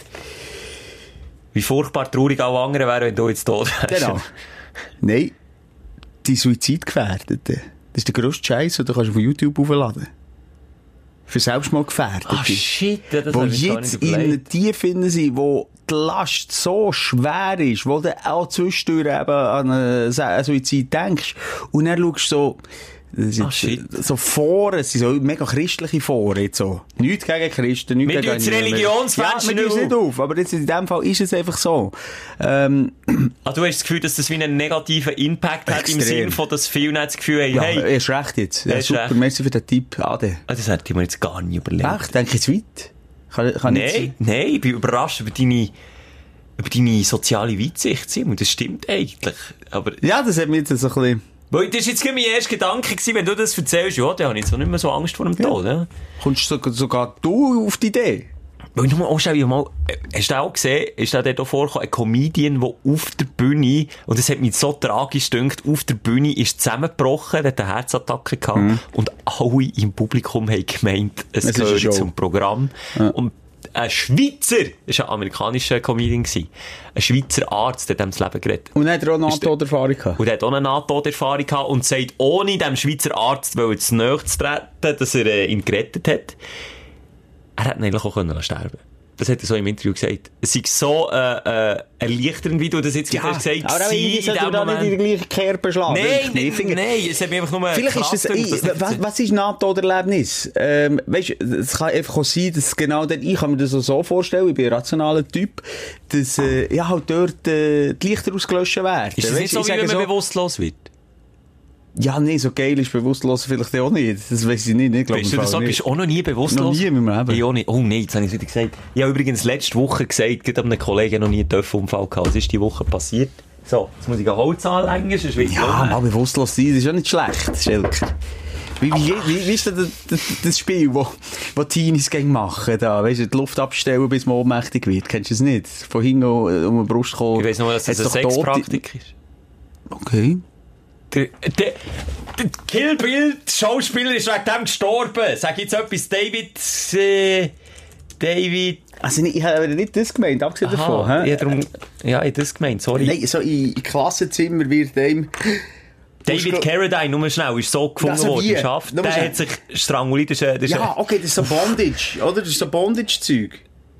Wie furchtbar traurig alle anderen wären, wenn du jetzt tot wärst. Genau. Nein. Die Suizidgefährdeten. Das ist der grösste Scheiß, den du von YouTube aufladen kannst. Für Selbstmordgefährdete. Ah, shit, das wo jetzt in einer Tiefe sind, wo die Last so schwer ist, wo du auch zwischendurch eben an einen Suizid denkst. Und dann schaust du so, das ah, shit. so Foren, es sind so mega christliche Foren, jetzt so. Nichts gegen Christen, nichts gegen... Mit Religionsmenschen ja, wir tun es nicht auf, aber jetzt in dem Fall ist es einfach so. Ähm, ah, du hast das Gefühl, dass das wie einen negativen Impact hat, extrem. Im Sinne von, dass viele nicht das Gefühl haben, ja, hey... Ja, er ist recht jetzt. Ja, super, recht. Merci für den Tipp, Ade. Ah, das hätte ich mir jetzt gar nicht überlegt. Echt? Denke ich zu weit? Kann, kann nein, jetzt... nein, ich bin überrascht über deine... über deine soziale Weitsicht, Simon. Das stimmt eigentlich, aber... Ja, das hat mir jetzt so ein bisschen... Weil das war jetzt mein erster Gedanke gewesen, wenn du das erzählst, ja, dann habe ich jetzt auch nicht mehr so Angst vor dem Tod. Ja. Ja. Kommst du sogar, sogar du auf die Idee? Weil du mal, oh, schau, mal, hast du auch gesehen, ist da dort auch vorgekommen, ein Comedian, der auf der Bühne, und das hat mich so tragisch gedacht, auf der Bühne ist zusammengebrochen, der hat eine Herzattacke gehabt, mhm. und alle im Publikum haben gemeint, es, es gehört zum Programm. Ja. Und ein Schweizer, das war ein amerikanischer Comedian, ein Schweizer Arzt, der dem das Leben gerettet. Und hat er auch eine Nahtoderfahrung gehabt? Und er hat auch eine Nahtoderfahrung gehabt und sagt, ohne dem Schweizer Arzt zu nahe zu treten, dass er äh, ihn gerettet hat, er hätte ihn eigentlich auch können sterben. Das hat er so im Interview gesagt. Es ist so äh, äh, erleichternd, wie du das jetzt ja, gesagt hast. Aber irgendwie sollte man da nicht in die gleiche Kerbe schlagen. Nein, nein, nein, es hat mich einfach nur Vielleicht ist das, ich, das was, was ist Nahtoderlebnis? Ähm, weißt du, es kann einfach auch sein, dass genau dort, ich kann mir das auch so vorstellen, ich bin ein rationaler Typ, dass äh, ja, halt dort äh, die Lichter ausgelöscht werden. Ist das nicht so, wie wenn man so bewusstlos wird? Ja, nee, so geil ist bewusstlos vielleicht auch nicht. Das weiss ich nicht. Ich glaub, weißt du, das so, bist du auch noch nie bewusstlos? Noch nie in meinem Leben. Ich auch nicht. Oh nein, jetzt habe ich es wieder gesagt. Ich habe übrigens letzte Woche gesagt, gerade einem Kollegen noch nie einen Töpfunfall gehabt. Was ist die Woche passiert? So, jetzt muss ich ein Holz anlegen, sonst wird es ja, mal bewusstlos sein, das ist ja nicht schlecht, Schelker. Wie, wie, wie, wie ist denn das, das Spiel, wo, wo Teenies gegen machen, da? Weißt du, die Luft abstellen, bis man ohnmächtig wird? Kennst du es nicht? Von hinten um die Brust kommen. Ich weiss nur, dass das eine Sexpraktik ist. Okay. Der, der, der Kill Bill, der Schauspieler, ist wegen dem gestorben. Sag jetzt etwas, David, äh, David... Also, ich habe nicht das gemeint, abgesehen davon. Aha, ja, darum, ja, ich habe das gemeint, sorry. Nein, so in, in Klassenzimmer wird dem... David Carradine, nur schnell, ist so gefunden also worden im Schaft. Der hat sich stranguliert. Das ist, das ist ja, okay, das ist so Bondage, oder? Das ist so Bondage-Zeug.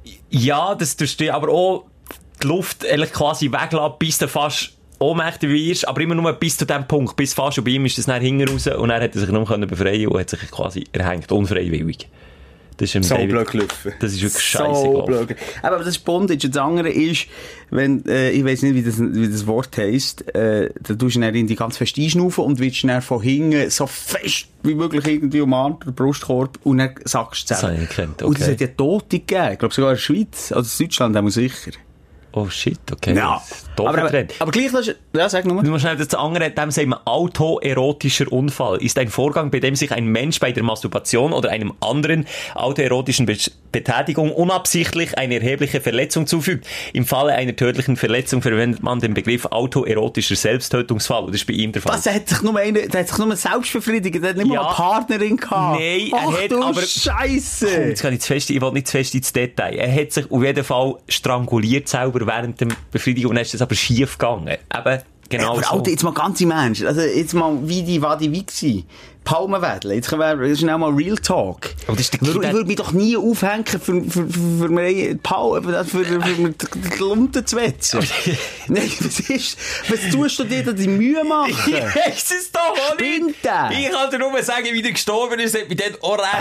Ja, das tust du aber auch die Luft ehrlich quasi weglassen, bis du fast ohnmächtig wirst, aber immer nur bis zu dem Punkt, bis fast, und bei ihm ist das dann hinten raus und er hat sich nur befreien und hat sich quasi erhängt, unfreiwillig. Das ist so David, blöd gelaufen. Das ist wirklich scheiße so gelaufen. Blöd. Aber das ist Bondage. Das andere ist, wenn, äh, ich weiss nicht, wie das, wie das Wort heisst, äh, da tust du dann in die ganz fest einschnaufen und willst dann von hinten so fest wie möglich irgendwie umarmt, den Brustkorb, und dann sackst du zusammen. Das habe ich gekannt, okay. Und es hat ja Tote gegeben. Ich glaube sogar in der Schweiz, also in Deutschland auch sicher. Oh shit, okay. Ja. Aber, aber, aber gleich, das ist, ja, sag nur. Nur schnell, das andere, dem sagen wir, autoerotischer Unfall ist ein Vorgang, bei dem sich ein Mensch bei der Masturbation oder einem anderen autoerotischen Be- Betätigung unabsichtlich eine erhebliche Verletzung zufügt. Im Falle einer tödlichen Verletzung verwendet man den Begriff autoerotischer Selbsttötungsfall. Und das ist bei ihm der Fall. Was, der hat sich nur eine, der hat sich nur selbst befriedigt, der hat nicht ja. mal eine Partnerin gehabt. Nein, Ach, er hat du aber... Scheisse! Komm, jetzt kann ich, zu fest, ich will nicht zu fest ins Detail. Er hat sich auf jeden Fall stranguliert selber während der Befriedigung und dann ist das aber schief gegangen. Eben, genau aber so. Alter, jetzt mal ganz im Ernst. Also, jetzt mal, wie die, war die, wie gsi. Palmenwedel. Jetzt können wir schnell mal Real Talk. Aber das ist der ich würde mich doch nie aufhängen, für, für, für, für, mir Pal, für, für, für, für mir die Lumpen zu wetzen. Nein, was ist, was tust du dir da die Mühe machen? Ich weiss es doch auch nicht. Der? Ich kann dir nur sagen, wie der gestorben ist, hat mich dort auch recht,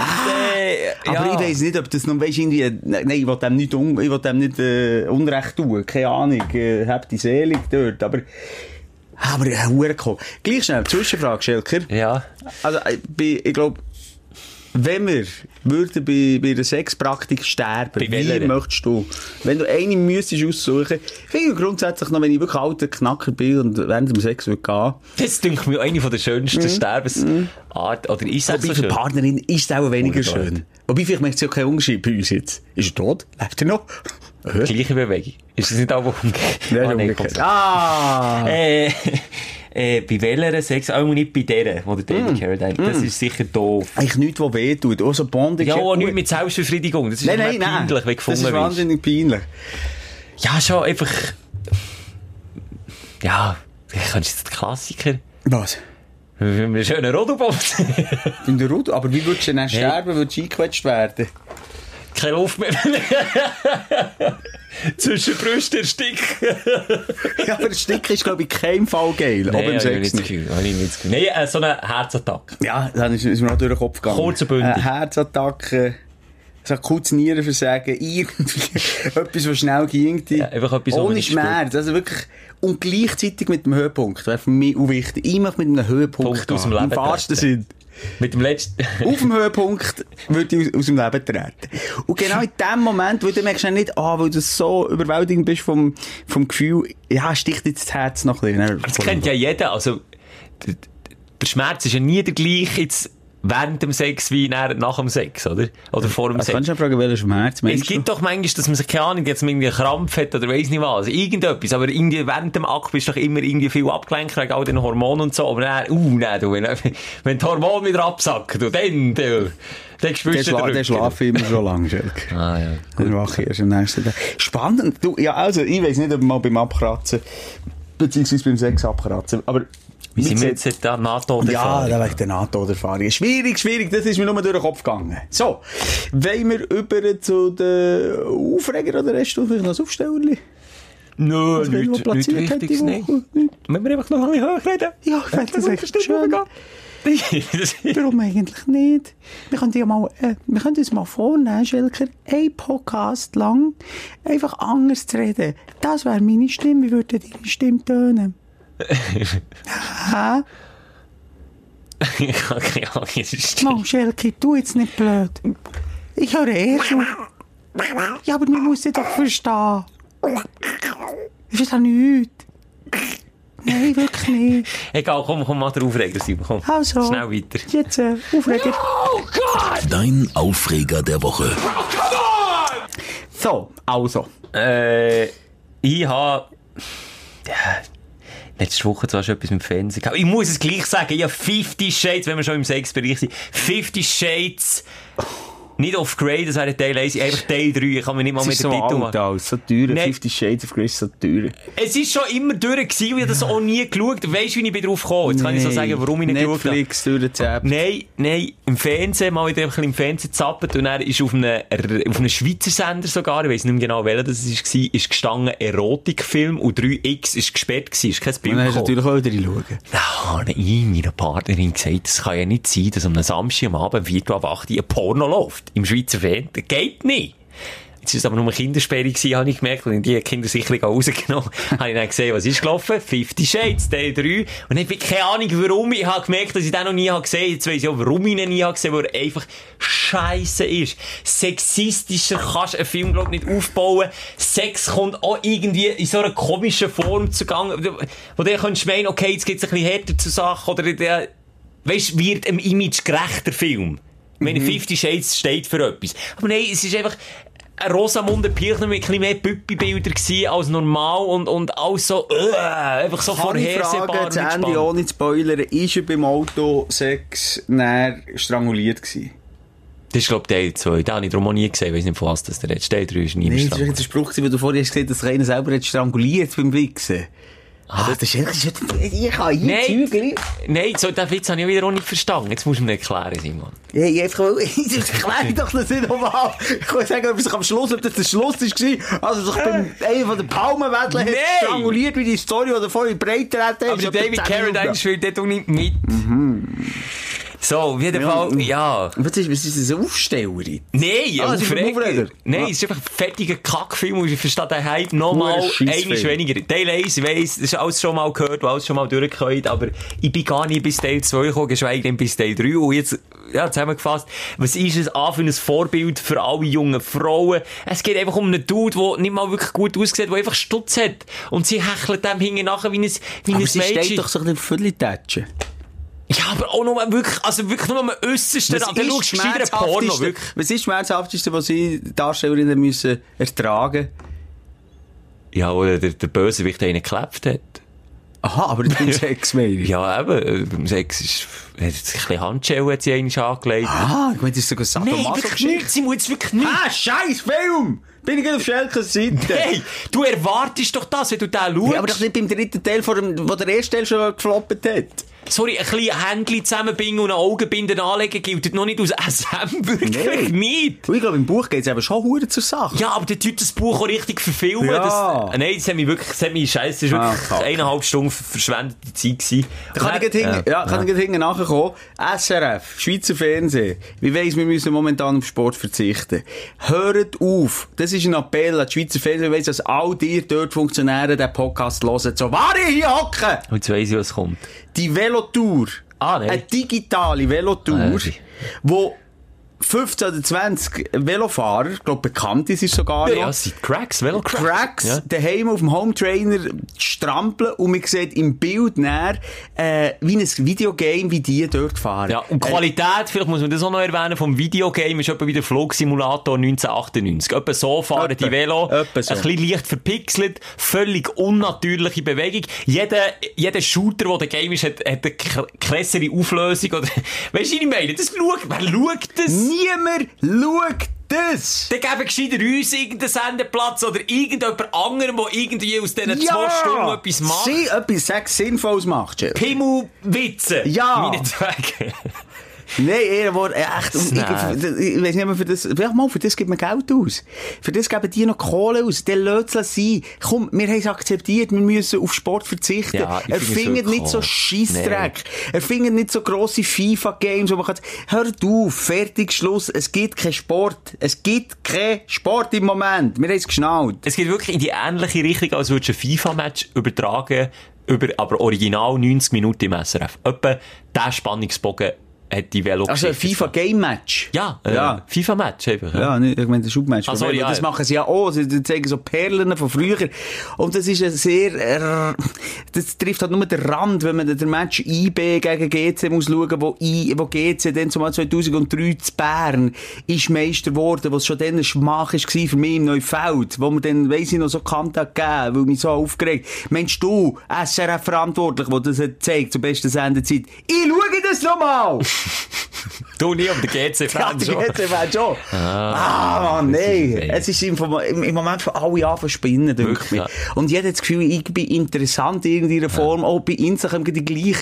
äh, Aber ja. ich weiss nicht, ob das noch, weisst, irgendwie, nein, ich will dem nicht, un, ich will dem nicht, äh, Unrecht tun. Keine Ahnung, äh, hab die Seele dort, aber, Aber, äh, Hurenkohl. Gleich schnell, Zwischenfrage, Schelker. Ja. Also, ich, ich glaube, wenn wir würden bei, bei einer Sexpraktik sterben, bei wie welcher? möchtest du? Wenn du eine müsstest aussuchen, finde ich grundsätzlich noch, wenn ich wirklich alter Knacker bin und während dem Sex würde gehen. Das denke mir eine von der schönsten mm. Sterbensarten. Oder ist das Wobei so für schön? die Partnerin ist es auch weniger Oder schön. dort. Wobei, vielleicht macht es ja keinen Unterschied bei uns jetzt. Ist er tot? Lebt er noch? Gleiche Bewegung. Ist das nicht auch umgekehrt? Ja, Ah, nee, umgekehrt. kommt's. Ah! Äh, äh, bei welcher Sex? Auch nicht bei der, wo der David mm. Carradine. Das mm. ist sicher doof. Eigentlich nichts, was weh tut. Auch so Bondage. Ja, auch gut. nichts mit Selbstbefriedigung. Das ist Nein, nein, nein, nein. peinlich, wenn gefunden Das ist wahnsinnig peinlich. Ja, schon einfach... Ja, kannst du jetzt den Klassiker... Was? Mit einem schönen Rodelbomb. In der Rude? Aber wie würdest du denn dann sterben, würdest du eingequetscht werden? Keine Luft mehr. Zwischen Brüsten ersticken. Ja, aber Ersticken ist, glaube ich, in keinem Fall geil. Nein, Auch beim habe ich Sex nicht das Gefühl. Habe ich nicht das Gefühl. Nein, äh, so eine Herzattacke. Ja, dann ist, ist mir noch durch den Kopf gegangen. Kurz und bündig. Äh, Herzattacke, so kurz Nierenversagen, irgendwie etwas, was schnell ging. Ja, einfach etwas, ohne Schmerz. Also wirklich, und gleichzeitig mit dem Höhepunkt. Wäre für mich auch wichtig. Ich möchte mit einem Höhepunkt Punkt aus dem Leben im wahrsten Sinn. Mit dem letzten... Auf dem Höhepunkt würde ich aus, aus dem Leben treten. Und genau in dem Moment, wo du merkst nicht, ah, weil du so überwältigend bist vom, vom Gefühl, ja, sticht jetzt das Herz noch ein bisschen. Das kennt ja jeder. Also, der, der Schmerz ist ja nie der gleiche jetzt während dem Sex wie nach, nach dem Sex, oder? Oder vor dem also Sex. Kannst du ja fragen, welcher Schmerz meinst Es gibt du? doch manchmal, dass man sich, keine Ahnung, jetzt irgendwie einen Krampf hat oder weiss nicht was, irgendetwas, aber irgendwie während dem Akt bist du doch immer irgendwie viel abgelenkt wegen all den Hormonen und so, aber dann, uh, nein, du, wenn, wenn die Hormone wieder absacken, du, dann, du, dann spürst du den Der schlafe immer so lange, Schelke. Ah, ja. Dann wache ich erst am nächsten Tag. Spannend. Du, ja, also, ich weiss nicht, ob mal beim Abkratzen, beziehungsweise beim Sex abkratzen, aber wie sind wir jetzt da NATO-Erfahrung? Ja, da wegen der NATO-Erfahrung. Schwierig, schwierig, das ist mir nur durch den Kopf gegangen. So, wollen wir über zu den Aufreger oder hast du vielleicht noch ein Aufstellerli? Nö, no, nicht, nicht Wichtiges, nein. Müssen wir einfach noch ein bisschen hochreden? Ja, ich fände das echt schön. Warum eigentlich nicht? Wir können, ja mal, äh, wir können uns mal vornehmen, Schelker, ein Podcast lang einfach anders zu reden. Das wäre meine Stimme. Wie würde deine Stimme tönen? Hä? Ich habe keine Ahnung, es ist Stimme. Mann, Schelke, tu jetzt nicht blöd. Ich höre erst auf. Ja, aber man muss dich doch verstehen. Ich verstehe nichts. Nein, wirklich nicht. Egal, komm, komm mal der Aufreger, Simon, komm. Also, schnell weiter. Jetzt, äh, Aufreger. Oh Gott! Dein Aufreger der Woche. Oh, come on! So, also. Äh, ich habe... Ja, letzte Woche zwar schon etwas im Fernsehen gehabt. Ich muss es gleich sagen, ich habe Fifty Shades, wenn wir schon im Sexbereich sind, Fifty Shades... Nicht auf Grey, das wäre Teil eins, einfach Teil drei. Ich kann mir nicht mal mit dem Titel machen. Das ist so teuer, nee. Fifty Shades of Grey ist so teuer. Es ist schon immer durch gewesen, und ich habe das auch nie geschaut. Weißt du, wie ich drauf gekommen? Jetzt nee. kann ich so sagen, warum ich nicht geschaut habe. Netflix durchgezappt. Nein, nein, im Fernsehen, mal wieder ein bisschen im Fernsehen zappet, und er ist auf einem, auf einem Schweizer Sender sogar, ich weiss nicht mehr genau, welcher das war, ist gestanden Erotikfilm, und drei X ist gesperrt gewesen, ist kein Bild. Und dann hast du natürlich auch wieder reinschauen. Da habe ich meiner Partnerin gesagt, es kann ja nicht sein, dass am Samstag am Abend Viertel ab acht Uhr ein Porno läuft. Im Schweizer Fernsehen. Das geht nicht. Jetzt war es aber nur eine Kindersperre gewesen, habe ich gemerkt. Und die Kinder sicherlich rausgenommen. Habe ich dann gesehen, was ist gelaufen? Fifty Shades, Teil drei. Und ich habe keine Ahnung, warum. Ich habe gemerkt, dass ich den noch nie gesehen habe. Jetzt weiss ich auch, warum ich ihn nie gesehen habe, weil er einfach scheisse ist. Sexistischer kannst du einen Film, glaub ich, nicht aufbauen. Sex kommt auch irgendwie in so einer komischen Form zugange, wo du könntest meinen, okay, jetzt geht es ein bisschen härter zur Sache, oder der, weisst, wird einem Image gerechter Film. Ich meine, Fifty Shades steht für etwas. Aber nein, es ist einfach ein Rosamunde Pilcher mit ein bisschen mehr Püppi-Bilder gewesen als normal und, und alles so, äh, einfach so vorhersehbar. Kann ich fragen, zu Ende ohne zu spoilern, ist er beim Autosex näher stranguliert gewesen? Das ist, glaube ich, Teil zwei. Den habe ich darum auch nie gesehen. Ich weiss nicht, von was das der redest. Teil drei ist nie mehr stranguliert. Nee, das ist ein Spruch, den du vorher hast gesehen, dass sich einer selber hat stranguliert beim Wichsen. Ah, das ist echt, ich kann hier Zügel. Nein, so, den Witz habe ich wieder auch nicht verstanden. Jetzt musst du mir erklären, Simon. Ja, ich einfach, ich erkläre doch das nicht nochmal. Ich kann sagen, ob es am Schluss, ob das der Schluss war, also sich beim einen von den Palmenweddeln hat stranguliert, wie die Story, die vorhin breiter hat. Aber der David Carradine spielt dort auch nicht mit. Mhm. So, auf jeden ja, Fall, ja. Was ist, was ist das, eine Aufstellerin? Nein, ah, ein Aufreger. Nein, ah. Es ist einfach ein fertiger Kackfilm, und ich verstehe den Hype nochmal einiges weniger. Teil eins, ich weiss, das ist alles schon mal gehört, alles schon mal durchgehört, aber ich bin gar nicht bis Teil zwei gekommen, geschweige denn bis Teil drei, und jetzt, ja, zusammengefasst, was ist es an für ein Vorbild für alle jungen Frauen? Es geht einfach um einen Dude, der nicht mal wirklich gut aussieht, der einfach Stutz hat, und sie hechelt dem hinten nachher wie ein, wie ein Mädchen. Aber sie steht doch so ein bisschen Viertel-Tätschen. Ja, aber auch nur wirklich, also wirklich nur am äussersten Rand. Dann schaust du gescheiter Porno, wirklich. Was ist das Schmerzhafteste, was sie Darstellerinnen müssen ertragen? Ja, oder der, der Bösewicht einen geklebt hat. Aha, aber das ist Sex, meine ich. Ja, eben, beim Sex ist, hat ein bisschen Handschellen hat sie einmal angelegt. Ah, ich meine, das ist sogar Sadomaso. Nein, wirklich nicht, sie muss jetzt wirklich nicht. Ah, scheiß Film! Bin ich auf Schelkes Seite. Nein, du erwartest doch das, wenn du den schaust. Ja, aber doch nicht beim dritten Teil, vor dem, wo der erste Teil schon gefloppt hat. Sorry, ein bisschen Händchen zusammenbinden und eine Augenbinde anlegen gilt noch nicht aus S M, wirklich nee. nicht. Und ich glaube, im Buch geht es eben schon hure zur Sache. Ja, aber der tut das Buch auch richtig verfilmen. Ja. Das, nein, das hat mich wirklich, das hat mich scheisse, das war wirklich ah, eineinhalb Stunden verschwendete Zeit gewesen. Da kann ich hinten, ja, ja, kann ja. ich hinten nachkommen. S R F, Schweizer Fernsehen. Ich weiss, wir müssen momentan auf Sport verzichten. Hört auf. Das ist ein Appell an die Schweizer Fernsehen. Ich weiss, dass all die dort Funktionäre den Podcast hören. So, war ich hier hocken? Und jetzt weiss ich, was kommt. Die Velotour. Ah, nein. Eine digitale Velotour, ah, ja. wo fünfzehn oder zwanzig Velofahrer, ich glaube, bekannt ist es sogar ja, noch. Ja, es sind Cracks, Velocracks. Cracks, ja. daheim auf dem Hometrainer strampeln und man sieht im Bild näher, äh, wie ein Videogame, wie die dort fahren. Ja, und Qualität, äh, vielleicht muss man das auch noch erwähnen, vom Videogame ist etwa wie der Flugsimulator neunzehnhundertachtundneunzig. Etwa so fahren etwa, die Velo, etwa so. Ein bisschen leicht verpixelt, völlig unnatürliche Bewegung. Jeder, jeder Shooter, der der Game ist, hat, hat eine krassere Auflösung. Oder, weißt du, was ich meine? Das schaut, wer schaut das? Niemand schaut das! Dann geben gescheiter uns irgendeinen Sendeplatz oder irgendjemand anderem, der irgendwie aus diesen ja, zwei Stunden etwas macht. Sie etwas sechs Sinnvolles macht, Chef. Pimmelwitze. Ja. Meinetwegen. Nein, er war echt, und ich, ich weiss nicht mehr, für das, ja, mal, für das gibt man Geld aus. Für das geben die noch Kohle aus. Der lässt es sein. Komm, wir haben es akzeptiert, wir müssen auf Sport verzichten. Ja, er findet nicht so Scheissdreck. Nee. Er findet nicht so grosse FIFA-Games, wo man kann, hör auf, fertig, Schluss. Es gibt keinen Sport. Es gibt keinen Sport im Moment. Wir haben es geschnallt. Es geht wirklich in die ähnliche Richtung, als würdest du ein FIFA-Match übertragen, über, aber original neunzig Minuten im S R F. Etwa der Spannungsbogen hat die Velo Also ein FIFA-Game-Match? Ja, äh, ja. FIFA-Match einfach. Ja, ja nicht, ich meine, ein Schubmatch. Ah, sorry, ja, das machen sie ja auch. Sie zeigen so Perlen von früher. Und das ist ein sehr, äh, das trifft halt nur den Rand, wenn man den Match I B gegen G C muss schauen, wo, I, wo G C dann zumal zweitausenddrei zu Bern ist Meister geworden, was schon dann ein Schmach war für mich im Neufeld, wo man dann, weiss ich noch, so Kante hat gegeben, weil mich so aufgeregt. Meinst du, S R F-verantwortlich, der das zeigt, zur besten Sendezeit, ich schaue das noch mal! Du nicht, aber der G C-Fan schon. Ja, der G C-Fan schon. Ah, ah Mann, nein. Es ist im, im Moment von alle an verspinnen, denke ich mir. Und jeder hat das Gefühl, ich bin interessant in irgendeiner Form. Ja. Auch bei Instagram die gleich,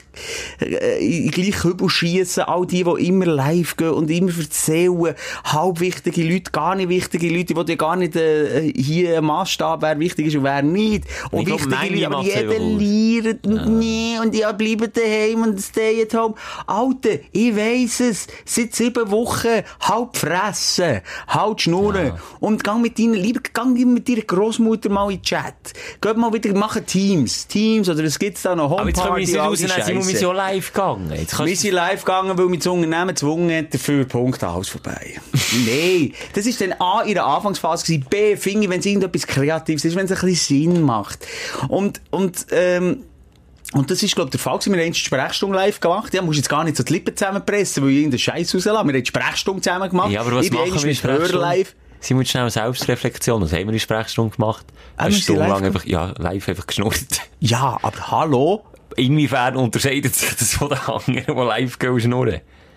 äh, gleich Hübel schiessen. All die, die immer live gehen und immer erzählen. Halbwichtige Leute, gar nicht wichtige Leute, die gar nicht äh, hier ein Maßstab, wer wichtig ist und wer nicht. Und ich wichtige Leute, aber jeder liert und ja. nie und ja, bleiben daheim und stay at home. Alter, ich weiss es. Seit sieben Wochen halb fressen, halb schnurren. Ja. Und gang mit deiner, lieber, gang mit deiner Großmutter mal in den Chat. Geht mal wieder, machen Teams. Teams, oder es gibt da noch Homeparty. Aber jetzt können wir nicht raus, sind wir so live gegangen. Wir sind live gegangen, weil wir das Unternehmen gezwungen hat, dafür Punkt, alles vorbei. Nein, das ist dann A, in der Anfangsphase gewesen. B, finde ich, wenn es irgendetwas Kreatives ist, wenn es ein bisschen Sinn macht. Und, und, ähm, Und das ist, glaube ich, der Fall gewesen. Wir haben die Sprechstunde live gemacht. Ja, musst jetzt gar nicht so die Lippen zusammenpressen, weil ich irgendeinen Scheiß rauslasse. Wir haben die Sprechstunde zusammen gemacht. Ja, aber was ich machen wir in Sprechstunde? Live. Sie muss schnell eine Selbstreflexion. Was haben wir in Sprechstunde gemacht? Eine Stunde lang einfach, ja, live einfach geschnurrt. Ja, aber hallo? Inwiefern unterscheidet sich das von den anderen, die live gehen und schnurren?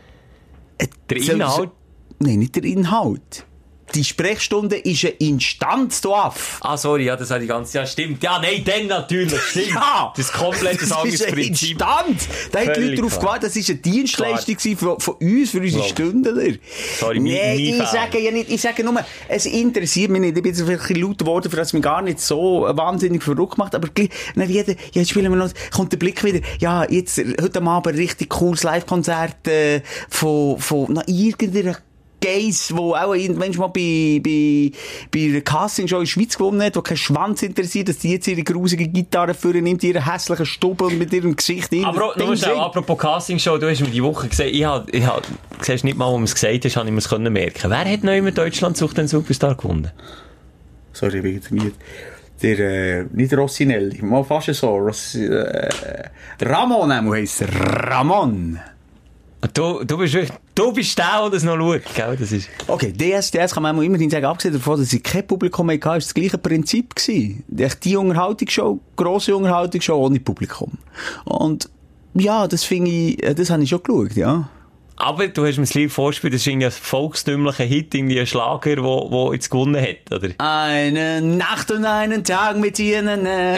Äh, der Inhalt? Nein, nicht der Inhalt. Die Sprechstunde ist eine Instanz, du Aff. Ah, sorry, ja, das habe ich ganz, ja, stimmt. Ja, nein, dann natürlich, stimmt. Ja, das ist komplett ein anderes Prinzip. Das ist eine Instanz. Da haben die Leute darauf gewartet, das war eine Dienstleistung von, von uns, für unsere Stündler. Sorry, nee, ich sage ja nicht, ich sage nur, es interessiert mich nicht. Ich bin jetzt vielleicht ein bisschen laut geworden, für das mich gar nicht so wahnsinnig verrückt macht, aber gleich, dann wieder, ja, jetzt spielen wir noch, kommt der Blick wieder, ja, jetzt, heute Abend ein richtig cooles Live-Konzert, äh, von, von, na, irgendeiner Geis, wo auch irgendwann mal bei, bei, bei einer Castingshow in der Schweiz gewonnen hat, wo kein Schwanz interessiert, dass die jetzt ihre grusige Gitarre führen, nimmt ihre hässlichen Stubbe und mit ihrem Gesicht in. Aber nur schnell, apropos Castingshow, du hast mir die Woche gesehen, ich hab, ich hab, siehst nicht mal, wo man es gesagt hat, habe ich mir es können merken. Wer hat noch immer Deutschland sucht den Superstar gewonnen? Sorry, wegen der Miet. Der, äh, nicht Rossinelli, mal fast so, Ross, äh, Ramon, heisst er. Ramon. Du, du bist wirklich, du bist der, der das noch schaut, gell? Das ist... Okay, D S D S kann man immerhin sagen, abgesehen davon, dass sie kein Publikum hatten, war das gleiche Prinzip gewesen. Die Unterhaltungsshow, grosse Unterhaltungsshow ohne Publikum. Und, ja, das finde ich, das habe ich schon geschaut, ja. Aber du hast mir das Lied vorgespielt, das ist irgendwie ein volkstümlicher Hit, irgendwie ein Schlager, wo, wo jetzt gewonnen hat, oder? Eine Nacht und einen Tag mit dir, na, na,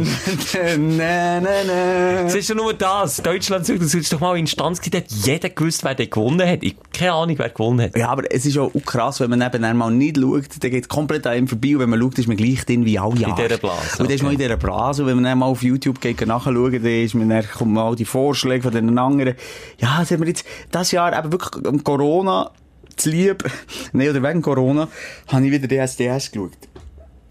na, na, na. Es ist schon nur das. Deutschland sucht, das ist doch mal Instanz gegeben, hat jeder gewusst, wer der gewonnen hat. Ich keine Ahnung, wer gewonnen hat. Ja, aber es ist auch krass, wenn man eben mal nicht schaut, dann geht es komplett an ihm vorbei, und wenn man schaut, ist man gleich drin wie alle Jahre. In dieser Blase. Und dann ist man in dieser Blase, und wenn man dann mal auf YouTube geht, nachschauen, dann ist man, dann kommen mal die Vorschläge von den anderen. Ja, das haben wir jetzt, das Jahr eben wirklich um Corona zu lieb, nein, oder wegen Corona, habe ich wieder D S D S geschaut.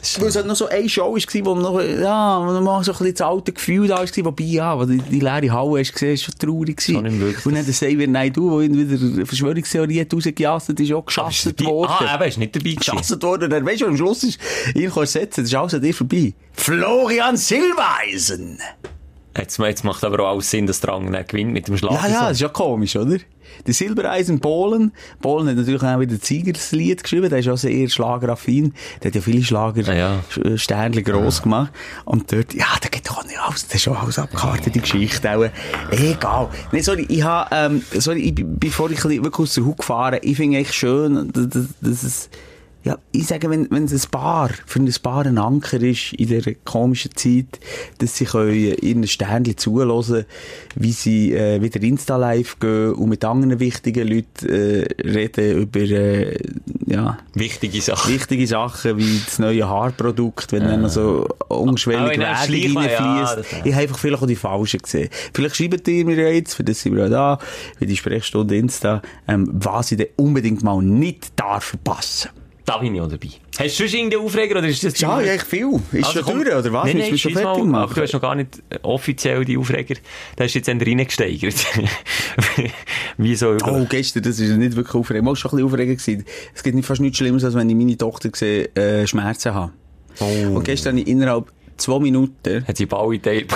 Weil es halt noch so eine Show war, wo noch, ja, wo noch so ein bisschen das alte Gefühl da war, wobei, ja, wo die, die leere Halle hast gesehen, ist schon traurig gewesen. Und dann der Xavier Naidoo, der wieder Verschwörungstheorie rausgejasset ist, auch geschasset worden. Ah, eben, ist nicht dabei gewesen. Geschasset worden. Und dann weisst du, am Schluss ist, ihn ersetzen, das ist alles an dir vorbei. Florian Silbereisen! Jetzt, jetzt macht aber auch alles Sinn, dass der Rang gewinnt mit dem Schlag. Ja, ja, das ist ja komisch, oder? Der Silbereisen Bohlen. Bohlen hat natürlich auch wieder Tigers Lied geschrieben. Der ist auch sehr schlageraffin. Der hat ja viele Schlager, ah, ja. Sternchen gross ja. gemacht. Und dort, ja, da geht doch nicht alles. Das ist schon alles abgekartet, die Geschichte auch. Egal. Nee, sorry, ich habe, ähm, sorry, ich, bevor ich wirklich aus der Haut gefahren, ich finde echt schön, dass, dass es, ja, ich sage, wenn, wenn es ein Paar, für ein Paar ein Anker ist in dieser komischen Zeit, dass sie können ihren Sternchen zuhören, wie sie äh, wieder Insta-Live gehen und mit anderen wichtigen Leuten äh, reden über äh, ja, wichtige Sachen. Wichtige Sachen wie das neue Haarprodukt, wenn ja. dann noch so ungeschwellige Werbung reinfliesst. Ja, ich habe einfach vielleicht auch die Falschen gesehen. Vielleicht schreibt ihr mir ja jetzt, für das sind wir auch da, für die Sprechstunde Insta, ähm, was ich dann unbedingt mal nicht darf verpassen. Da bin ich auch dabei. Hast du schon irgendeinen Aufreger, oder ist das... Ja, ja, echt viel. Ist also, schon durch, oder was? Nein, nein, schon fertig mal, aber du hast noch gar nicht offiziell die Aufreger. Da hast du jetzt reingesteigert. Wie so über... Oh, gestern, das ist nicht wirklich aufregend. Mal schon ein bisschen aufregend gewesen. Es gibt nicht fast nichts Schlimmes, als wenn ich meine Tochter sehe, äh, Schmerzen habe. Oh. Und gestern habe ich innerhalb zwei Minuten... Hat sie Ball in die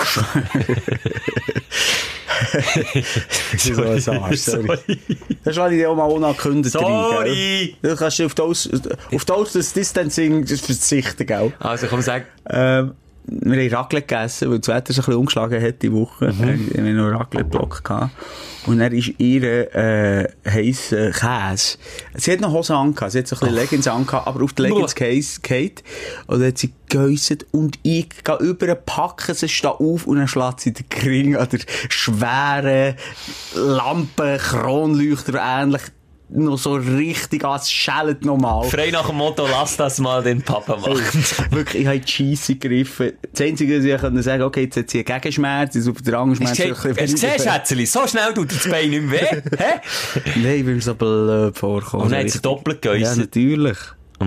Das ist so ein Arsch, sorry. sorry. Das lasse ich dir auch mal unangekündigt sorry. rein, gell? Du kannst auf das, auf das, das Distancing verzichten, gell? Also komm, sag. Ähm, wir haben Raclette gegessen, weil das Wetter sich ein bisschen umgeschlagen hat die Woche. Mhm. Wir haben noch einen Raclette-Block gehabt. Und dann ist ihr äh, heissen Käse. Sie hat noch Hosen angehabt, sie hat so ein bisschen oh. Leggings angehabt, aber auf die Leggings geht. Und dann hat sie gegessen und ich gehe über, packe sie, stehe auf und dann schlägt sie den Kring an der schweren Lampe, Kronleuchter ähnlich noch so richtig als schellet nochmal. Frei nach dem Motto, lass das mal den Papa machen. Wirklich, ich habe die Scheisse gegriffen. Das Einzige, was ich sagen konnte, okay, jetzt hat sie einen Gegenschmerz, jetzt auf der anderen Schmerz. Hast du gesehen, Schätzeli? So schnell tut das Bein nicht mehr weh. Hä? Nein, weil mir so blöd vorkommt. Und dann hat sie doppelt gegessen. Ja, natürlich.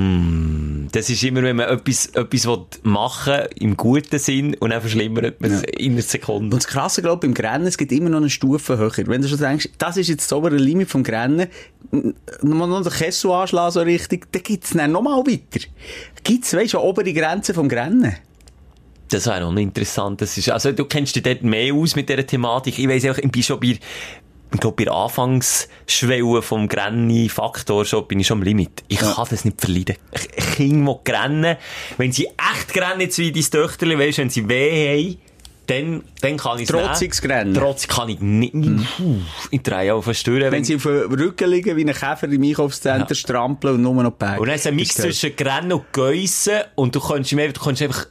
Mm, das ist immer, wenn man etwas, etwas machen will, im guten Sinn, und dann verschlimmert man es ja. in einer Sekunde. Und das Krasse, glaube ich, beim Grennen, es gibt immer noch eine Stufe höher. Wenn du schon denkst, das ist jetzt das obere Limit vom Grennen, nochmal noch den Kessel anschlagen, so richtig, dann gibt's dann nochmal weiter. Gibt's, weisst du, eine obere Grenze vom Grennen? Das wäre noch interessant. Das ist, also, du kennst dich dort mehr aus mit dieser Thematik. Ich weiss auch, ich bin schon bei, ich glaube, bei der Anfangsschwelle vom Grenni-Faktor schon, bin ich schon am Limit. Ich ja. kann das nicht verleiden. Kinder, die rennen, wenn sie echt rennen, jetzt wie dein Töchterli, weisst, wenn sie weh haben, dann, dann kann ich es nicht. Trotziges Rennen. Trotzig kann ich nicht. Mhm. Ich drehe auf den Stören. Wenn, wenn sie auf dem Rücken liegen, wie ein Käfer im Einkaufszentrum, ja. strampeln und nur noch Berg. Und dann ist ein Mix zwischen Rennen und Geissen, und du kannst, du kannst einfach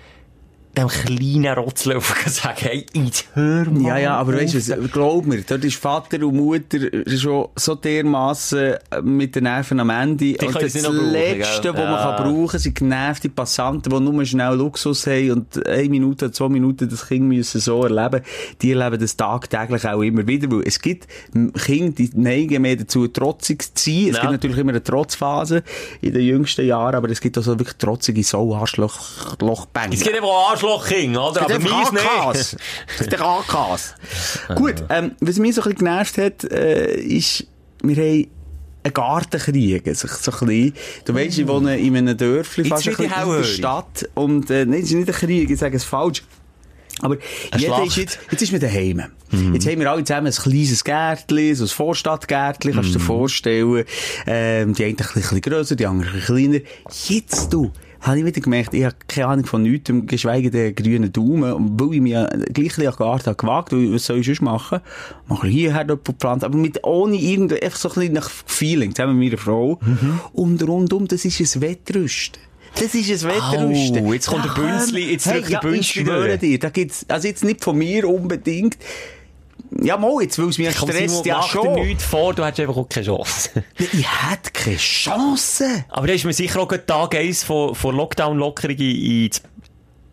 dem kleinen Rotzlöffel sagen, hey, jetzt hör mal. Ja, ja, aber weisst du, glaub mir, dort ist Vater und Mutter schon so dermassen mit den Nerven am Ende. Die und das brauchen, Letzte, was ja. man kann brauchen, sind genervte Passanten, die nur schnell Luxus haben und eine Minute, zwei Minuten das Kind müssen so erleben. Die erleben das tagtäglich auch immer wieder, weil es gibt Kinder, die neigen mehr dazu, trotzig zu sein. Es ja. gibt natürlich immer eine Trotzphase in den jüngsten Jahren, aber es gibt auch so wirklich trotzige Sau-Arschloch-Bänge. Es gibt eben auch Arschloch-King, oder? Aber mies nicht. Das ist der A Ks. Gut, ähm, was mich so ein bisschen genervt hat, äh, ist, wir haben einen Gartenkrieg, so, so ein bisschen. Du weisst, ich wohne in einem Dörfli, fast ein bisschen in der Stadt. Und, äh, nein, es ist nicht ein Krieg, ich sage es falsch. Aber eine jeder Schlacht. ist jetzt, jetzt ist man daheim. Mhm. Jetzt haben wir alle zusammen ein kleines Gärtchen, so ein Vorstadtgärtchen, kannst du dir vorstellen. Ähm, die einen ein bisschen grösser, die anderen ein bisschen kleiner. Jetzt du, habe ich wieder gemerkt, ich habe keine Ahnung von nichts, geschweige den grünen Daumen, und weil ich mich ja gleich an Garten habe gewagt, weil, was soll ich sonst machen? Mache ich hierher dort gepflanzt, aber mit, ohne irgendwie, einfach so ein bisschen nach Feeling, zusammen mit meiner Frau. Mhm. Und rundum, das ist ein Wettrüsten. Das ist ein Wettrüsten. Oh, jetzt kommt der Bünzli, jetzt drückt hey, der Bünzli ja, ich schwöre dir, da gibt's, also jetzt nicht von mir unbedingt. Ja, mal, jetzt, weil es mich stresst, ja schon. Mach dir nichts vor, du hättest einfach auch keine Chance. Ich hätte keine Chance. Aber da ist mir sicher auch Tag eins von, von Lockdown-Lockerung in,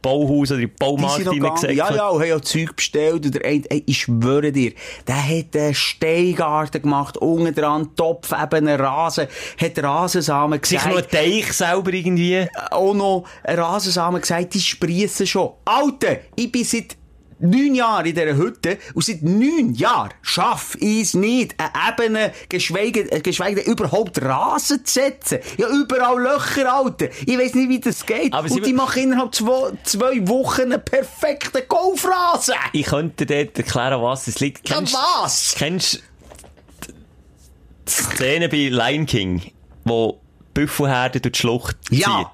Bauhaus oder in den Baumarkt reingesäckelt. Ja, ja, und haben auch Zeug bestellt. Oder ein, ey, ich schwöre dir, der hat einen Steingarten gemacht, unten dran, Topf, eben einen Rasen, hat Rasensamen gesagt. Sicher noch einen Teich selber irgendwie. Auch noch einen Rasensamen gesagt, die sprießen schon. Alter, ich bin seit neun Jahre in dieser Hütte und seit neun Jahren schaffe ich es nicht, eine Ebene, geschweige, geschweige denn überhaupt Rasen zu setzen. Ja, überall Löcher, Alter. Ich weiss nicht, wie das geht. Aber und die machen innerhalb zwei, zwei Wochen einen perfekten Golfrasen. Ich könnte dir dort erklären, was es liegt. Kennst, ja, was? Kennst du die Szene bei Lion King, wo Büffelherde durch die Schlucht zieht? Ja.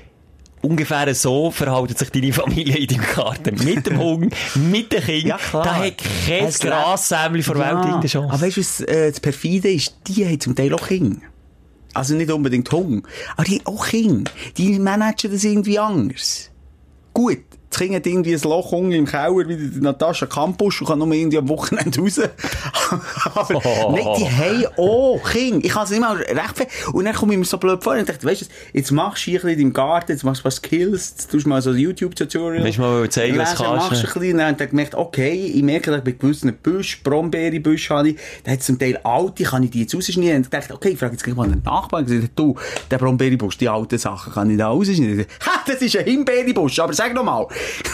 Ungefähr so verhält sich deine Familie in deinem Garten. Mit dem Hund, mit den Kindern. Ja, klar. Da hat kein Grassämli vor der ja. Welt irgendeine Chance. Aber weißt du, was äh, das Perfide ist? Die haben zum Teil auch Kinder. Also nicht unbedingt Hunger. Aber die haben auch Kinder. Die managen das irgendwie anders. Gut. Das Kind hat irgendwie ein Loch unten im Keller, wie die Natascha Campus, und kann nur irgendwie am Wochenende raus. Aber, oh. Nein, die haben auch Kinder. Ich kann es nicht mal recht viel. Und dann komme ich mir so blöd vor und dachte, weißt du, jetzt machst du hier ein bisschen in deinem Garten, jetzt machst du ein paar Skills, jetzt tust du mal so ein YouTube-Tutorial. Willst du mal zeigen, was kannst du? Machst du ein bisschen, und dann habe ich gemerkt, okay, ich merke, dass ich bei gewissen Büschen, Brombeerenbüschen habe ich, da hat zum Teil alte, kann ich die jetzt rausschneiden? Und ich dachte, okay, ich frage jetzt gleich mal einen Nachbarn, und gesagt, du, der Brombeerenbusch, die alten Sachen, kann ich da rausschneiden? Ha, das ist ein Himbeerenbusch, aber sag noch mal.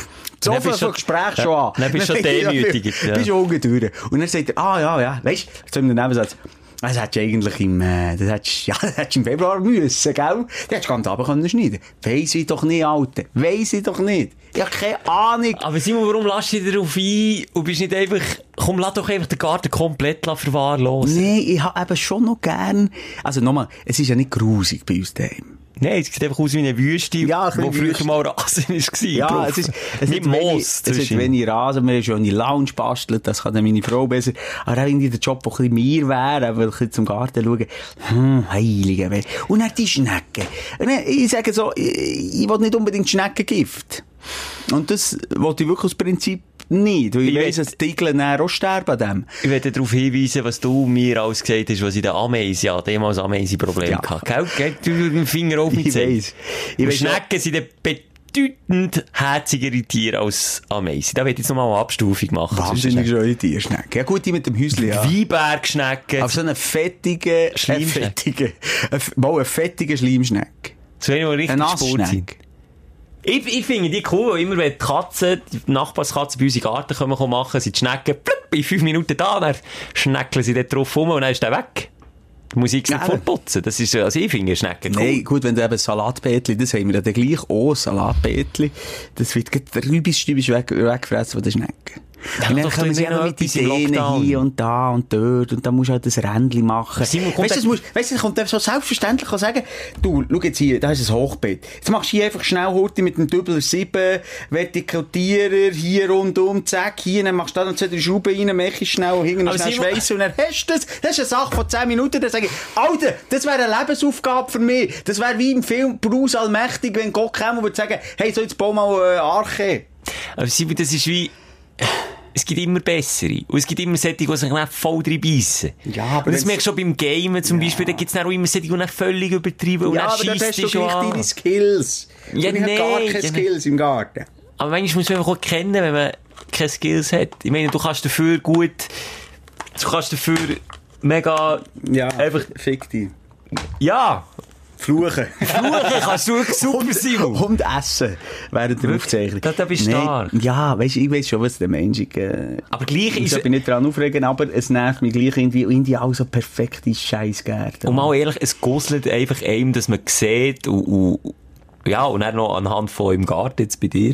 So viel von Gespräch schon an. Dann bist du schon demütigend. Ja. Bist du ungeduldig. Und dann sagt er, ah, ja, ja, weisst du, so im Nebensatz, das hättest du eigentlich im, äh, das hättest, ja, das hättest du im Februar müssen, gell? Das hättest du ganz runter können schneiden. Weiss ich doch nicht, Alter. Weiss ich doch nicht. Ich hab keine Ahnung. Aber Simon, warum lässt du dich darauf ein und bist nicht einfach, komm, lass doch einfach den Garten komplett verwahrlosen? Nein, ich hab eben schon noch gern, also nochmal, es ist ja nicht grusig bei uns daheim. Nein, es sieht einfach aus wie eine Wüste, ja, wo früher Wüste. mal Rasen war. Ja, es ist, es mit Moos. Es ist wenig Rasen, wir haben schon eine Lounge bastelt, das kann dann meine Frau besser. Aber auch irgendwie der Job, der ein bisschen mehr wäre, weil ich zum Garten schaue, hm, heilige Welt. Und dann die Schnecken. Ich sage so, ich, ich will nicht unbedingt Schneckengift. Und das wollte ich wirklich aus Prinzip nicht, weil ich, ich weiss, dass die Igel dann auch sterben an dem. Ich werde darauf hinweisen, was du mir alles gesagt hast, was in der Ameise, ja, damals Ameise-Problem ja. hatte. Gell? Gell? Du mit dem Finger auf mich Ich weiss. Ich weiss Schnecken sind bedeutend herzigere Tiere als Ameise. Da werde ich jetzt nochmal eine Abstufung machen. Wahnsinnig schöne Tierschnecken. Ja gut, die mit dem Häuschen, ja. Weinbergschnecken. Aber so eine fettige, Schleimschnecke. Eine fettige, mal eine fettige Schleimschnecke. So eine, die richtig Sport sind. Ich, ich finde die cool, immer wenn die Katzen, die Nachbarskatzen bei uns in den Garten kommen machen, sind die Schnecken, plupp, in fünf Minuten da, dann schneckeln sie dort drauf rum und dann ist der weg. Die Musik nicht fortputzen. Das ist, also ich finde Schnecken cool. Nein, gut, wenn du eben Salatbätli, das haben wir dann gleich auch, Salatbätli, das wird der Rübisstübisch weg, weggefressen von den Schnecken. Ja, und dann kommen sie noch mit Ideen hier und da und dort und dann musst du halt das Rändchen machen. Simon, weißt du, das musst, weißt du, das kommt so selbstverständlich kann sagen, du, schau jetzt hier, da ist ein Hochbett. Jetzt machst du hier einfach schnell Horti mit dem Doubler sieben, Vertikaltierer, hier rundum, zack, hier, dann machst du da noch zwei, drei Schrauben rein, machst schnell, hinten noch schnell schweissen und dann hast du das. Das ist eine Sache von zehn Minuten, dann sage ich, Alter, das wäre eine Lebensaufgabe für mich. Das wäre wie im Film Bruce Allmächtig, wenn Gott käme und würde sagen, hey, so jetzt bau mal eine Arche. Aber Simon, das ist wie, es gibt immer bessere. Und es gibt immer solche, die sich voll drin beissen. Ja, aber und das merkst du schon beim Gamen zum ja. Beispiel, da gibt's dann auch immer solche, die völlig übertrieben und ja, dann aber dann hast du schon gleich deine Skills. Ja, und ich nee, habe gar keine ja, Skills im Garten. Aber manchmal muss man einfach auch kennen, wenn man keine Skills hat. Ich meine, du kannst dafür gut, du kannst dafür mega, ja, einfach, fick dich. Ja. Fluchen. Fluchen kannst du super sein. Und essen während der Aufzeichnung. Da, da bist du stark. Ja, weißt, ich weiss schon, was der Mensch äh, aber gleich ist... Ich bin nicht daran aufregen, aber es nervt mich gleich irgendwie, irgendwie auch so perfekte Scheissgärten. Und mal ehrlich, es gusselt einfach einem, dass man sieht und, und ja, und dann noch anhand von im Garten jetzt bei dir,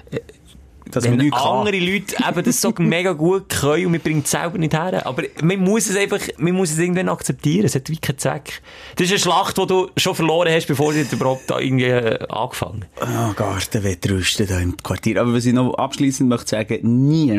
dass wenn man andere Leute eben das so mega gut können und man bringt es selber nicht her. Aber man muss es einfach, man muss es irgendwann akzeptieren. Es hat wie keinen Zweck. Das ist eine Schlacht, die du schon verloren hast, bevor du überhaupt da irgendwie angefangen hast. Oh, Gartenwettrüsten da im Quartier. Aber was ich noch abschliessend möchte sagen, nie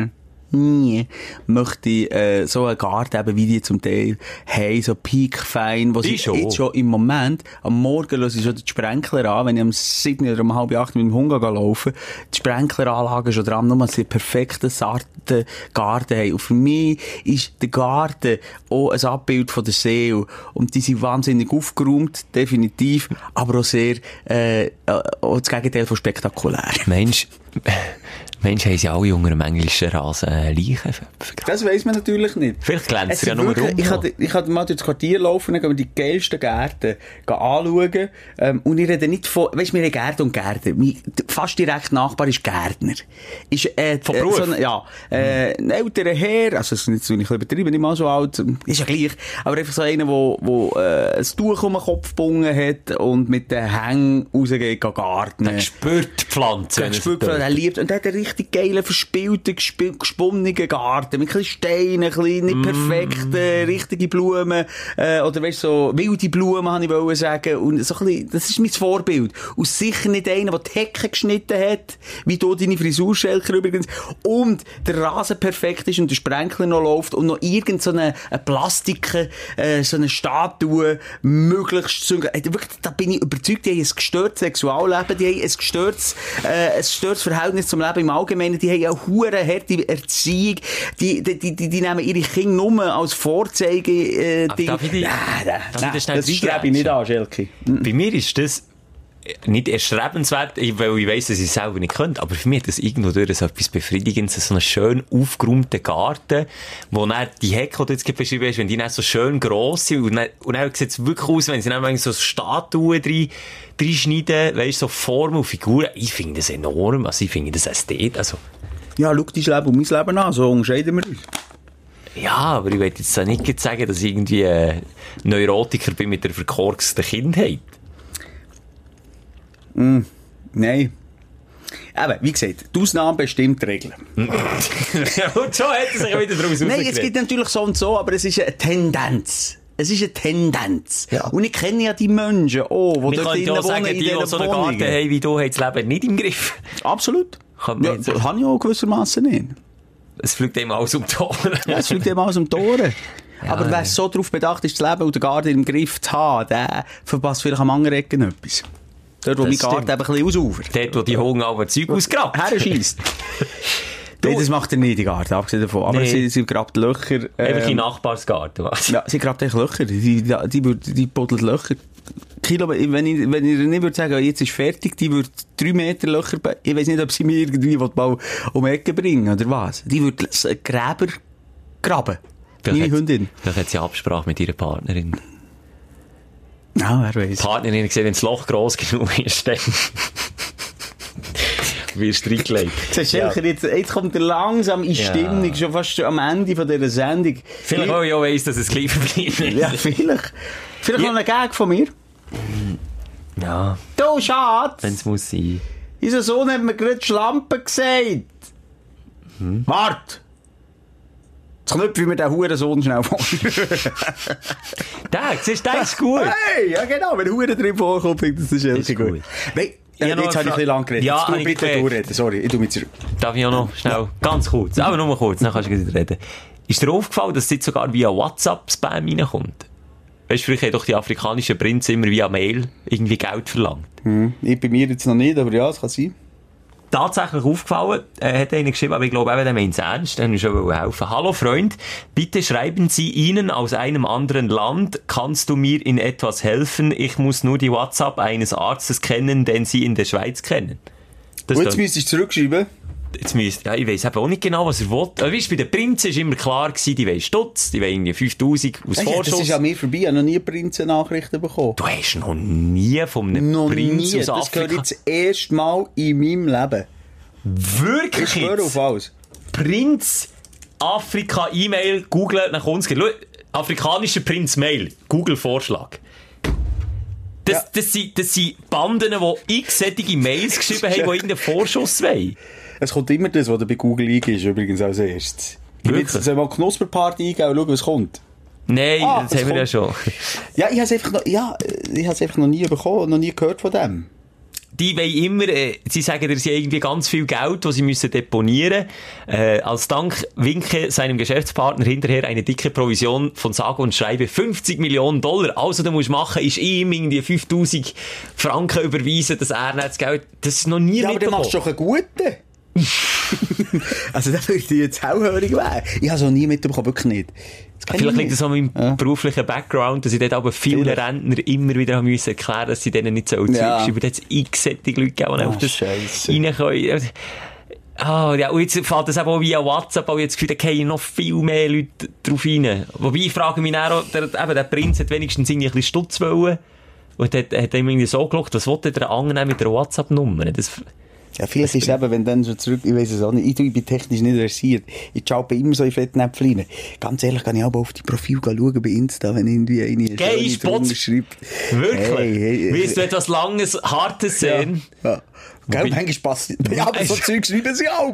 nie möchte ich äh, so einen Garten eben, wie die zum Teil haben, so piekfein, wo sie schon. jetzt schon im Moment, am Morgen höre ich schon die Sprenkler an, wenn ich am sieben oder um halb acht mit dem Hund laufe, die Sprenkleranlage ist schon dran, nur dass sie einen perfekten, sarten Garten haben. Und für mich ist der Garten auch ein Abbild von der Seele. Und die sind wahnsinnig aufgeräumt, definitiv, aber auch sehr, äh, auch das Gegenteil von spektakulär. Mensch, Mensch, haben sie alle unter einem englischen Rasen äh, Leichen? Das weiss man natürlich nicht. Vielleicht glänzt er ja nur nur rum. Ich kann, ich kann mal durch das Quartier laufen, dann gehen wir die geilsten Gärten anschauen. Ähm, und ich rede nicht von, weisst, wir haben Gärten und Gärten. Mein fast direkt Nachbar ist Gärtner. Ist, äh, Von Beruf? So ein, ja, äh, ein älterer Herr, also, das ist nicht so, ich übertrieben, nicht mal so alt, ist ja gleich, aber einfach so einer, wo, wo, äh, ein Tuch um den Kopf gebunden hat und mit den Hängen rausgeht, garten. Der spürt die Pflanze. Der spürt die Pflanze, er liebt, und der hat einen richtig geilen, verspielten, gesponnenen Garten, mit ein bisschen Steinen, ein bisschen nicht perfekte, mm. richtige Blumen, äh, oder weißt so, wilde Blumen, habe ich wollen sagen, und so ein bisschen, das ist mein Vorbild. Und sicher nicht einer, der die Hecke geschnitten hat, wie du deine Frisur, Schelker, übrigens, und der Rasen perfekt ist und der Sprenkler noch läuft und noch irgend so eine, eine Plastik, äh, so eine Statue möglichst zu, äh, wirklich, da bin ich überzeugt, die haben ein gestörtes Sexualleben, die haben ein gestörtes, äh, ein gestörtes Verhältnis zum Leben im Allgemeinen, die haben eine hure harte Erziehung, die, die, die, die, die nehmen ihre Kinder nur als Vorzeige, äh, die, darf ich die, nein, nein, darf nein, ich das, das strebe ich nicht an, Schelke. Bei mir ist das nicht erstrebenswert, weil ich weiss, dass ich es selber nicht könnte, aber für mich hat das irgendwo durch so etwas Befriedigendes, so einen schön aufgeräumten Garten, wo dann die Hecke, die du jetzt beschrieben hast, wenn die dann so schön gross sind, und dann, und dann sieht es wirklich aus, wenn sie dann so Statuen drin, reinschneiden, weisst, so Formen und Figuren, ich finde das enorm, also ich finde das Ästhet, also. Ja, schau dein Leben und mein Leben an, so unterscheiden wir uns. Ja, aber ich will jetzt nicht sagen, dass ich irgendwie ein Neurotiker bin mit der verkorksten Kindheit. Mm, nein. Eben, wie gesagt, die Ausnahme bestimmt die Regeln. Und so hat er sich wieder daraus Nein, es gibt natürlich so und so, aber es ist eine Tendenz. Es ist eine Tendenz. Ja. Und ich kenne ja die Menschen, oh, die dort drinnen wohnen, sagen, in die, die so einen Garten haben wie du, haben das Leben nicht im Griff. Absolut. Ja, das habe ich auch gewissermaßen nicht. Es fliegt ihm alles um die Ohren. Ja, es fliegt ihm alles um die Ohren. Ja, aber wer ja. so darauf bedacht ist, das Leben und den Garten im Griff zu haben, der verpasst vielleicht am anderen Ecken etwas. Dort, wo Das mein Garten stimmt. eben ein bisschen ausufert. Dort, wo die Hunger aber Zeug ausgrabt. Her scheisst. Nein, das macht er nicht, die Garten, abgesehen davon. Aber Nee. sie, sie grabt Löcher. Einfach in Ähm, Nachbarsgarten, was? ja, sie grabt echt Löcher. Die, die, die, die, die buddelt Löcher. Kilo, wenn ich, wenn ich nicht würde sagen, jetzt ist fertig, die würde drei Meter Löcher, be- ich weiss nicht, ob sie mir irgendwie mal um die Ecke bringen, oder was? Die würde Gräber graben. Meine Vielleicht hat- Hündin. Vielleicht hat sie Absprache mit ihrer Partnerin. Ja, wer weiss. Die Partnerin hat gesehen, wenn das Loch gross genug ist, dann wirst du reingelegt. Siehst du, Schelker, jetzt, jetzt kommt er langsam in Ja. Stimmung, schon fast schon am Ende von dieser Sendung. Vielleicht auch ich auch weiss, dass es gleich verblieben ist. Ja, vielleicht. Vielleicht Ja. noch ein Gag von mir. Ja, Du, Schatz! wenn es muss sein. Unser Sohn hat mir gerade Schlampe gesagt. Hm? Wart! Jetzt knüpfe ich mir den Hurensohn schnell vor. Der, siehst du, der ist gut. Hey, ja genau, wenn Huren drin vorkommt, finde ich das ist ist echt gut. gut. Nein, Ich äh, hab noch jetzt habe ich eine ein bisschen lang geredet. Ja, Jetzt habe du ich bitte gemerkt. durchreden. Sorry, ich tu mich zurück. Darf ich auch noch schnell, ganz kurz, aber nur kurz, dann kannst du wieder reden. Ist dir aufgefallen, dass es jetzt sogar via WhatsApp-Spam reinkommt? Weißt du, früher haben doch die afrikanischen Prinzen immer via Mail irgendwie Geld verlangt. Hm. Ich bei mir jetzt noch nicht, aber ja, es kann sein. Tatsächlich aufgefallen, äh, hat einer geschrieben, aber ich glaube eben, der meint es ernst, der will schon helfen. Hallo Freund, bitte schreiben Sie Ihnen aus einem anderen Land, kannst du mir in etwas helfen? Ich muss nur die WhatsApp eines Arztes kennen, den Sie in der Schweiz kennen. Das Und jetzt dann- müsstest du zurückschreiben. Jetzt müsst, ja, ich weiss eben auch nicht genau, was er will. Aber weißt, bei den Prinzen war immer klar gewesen, die wollen Stutz, die wollen irgendwie fünftausend aus Hey, das Vorschuss. ist an mir vorbei, ich habe noch nie Prinzen-Nachrichten bekommen. Du hast noch nie von einem Noch Prinz nie, aus das gehört Afrika... jetzt das erste Mal in meinem Leben. Wirklich Ich schwöre jetzt? auf alles. Prinz Afrika E-Mail, Google, nach uns geht. Schau, afrikanischer Prinz Mail, Google Vorschlag. Das, Ja. das, sind, das sind Banden, die x solche Mails geschrieben haben, die irgendeinen Vorschuss wollen. Es kommt immer das, was du bei Google eingibst, übrigens als erstes. Ich will Wirklich? jetzt mal Knusperparty eingeben und schauen, was kommt. Nein, Ah, das es haben wir ja kommt. schon. Ja, ich habe es einfach noch, ja, ich habe es einfach noch nie bekommen, noch nie gehört von dem. die wollen immer, äh, sie sagen, dass sie irgendwie ganz viel Geld, das sie müssen deponieren. Äh, als Dank winke seinem Geschäftspartner hinterher eine dicke Provision von sage und schreibe fünfzig Millionen Dollar. Also du musst machen, ist ihm irgendwie fünftausend Franken überweisen, dass er nicht das Geld, das ist noch nie ja, aber du machst doch einen guten. Also, da würde ich jetzt hellhörig werden. Ich habe es noch nie mitbekommen, wirklich nicht. Vielleicht liegt es an meinem ja. beruflichen Background, dass ich dort aber vielen Vielleicht. Rentner immer wieder haben müssen erklären, dass sie denen nicht so ja. zurückschreiben. Da hat es x-sättige Leute gegeben, die oh, auf das reinkommen. Ah, ja, und jetzt fällt das eben auch via WhatsApp, aber jetzt Gefühl, da gehen noch viel mehr Leute drauf rein. Wobei, ich frage mich auch, der, eben, der Prinz hat wenigstens irgendwie ein bisschen Stutz wollen. Und hat, hat ihm irgendwie so geschaut, was wollte der angenehm mit der WhatsApp-Nummer? Das, ja, vielleicht ist es eben, wenn dann schon zurück, ich weiss es auch nicht, ich bin technisch nicht versiert. Ich schaue immer so in Fettnäpfchen rein. Ganz ehrlich, kann ich aber auf die Profile schauen bei Insta, wenn irgendwie eine Geil, Spots schreibt. Wirklich? Hey, hey, willst du etwas Langes, Hartes sehen? Ja. ja. Gell, manchmal passt nicht. Ja, aber so Zeug schreiben sie auch.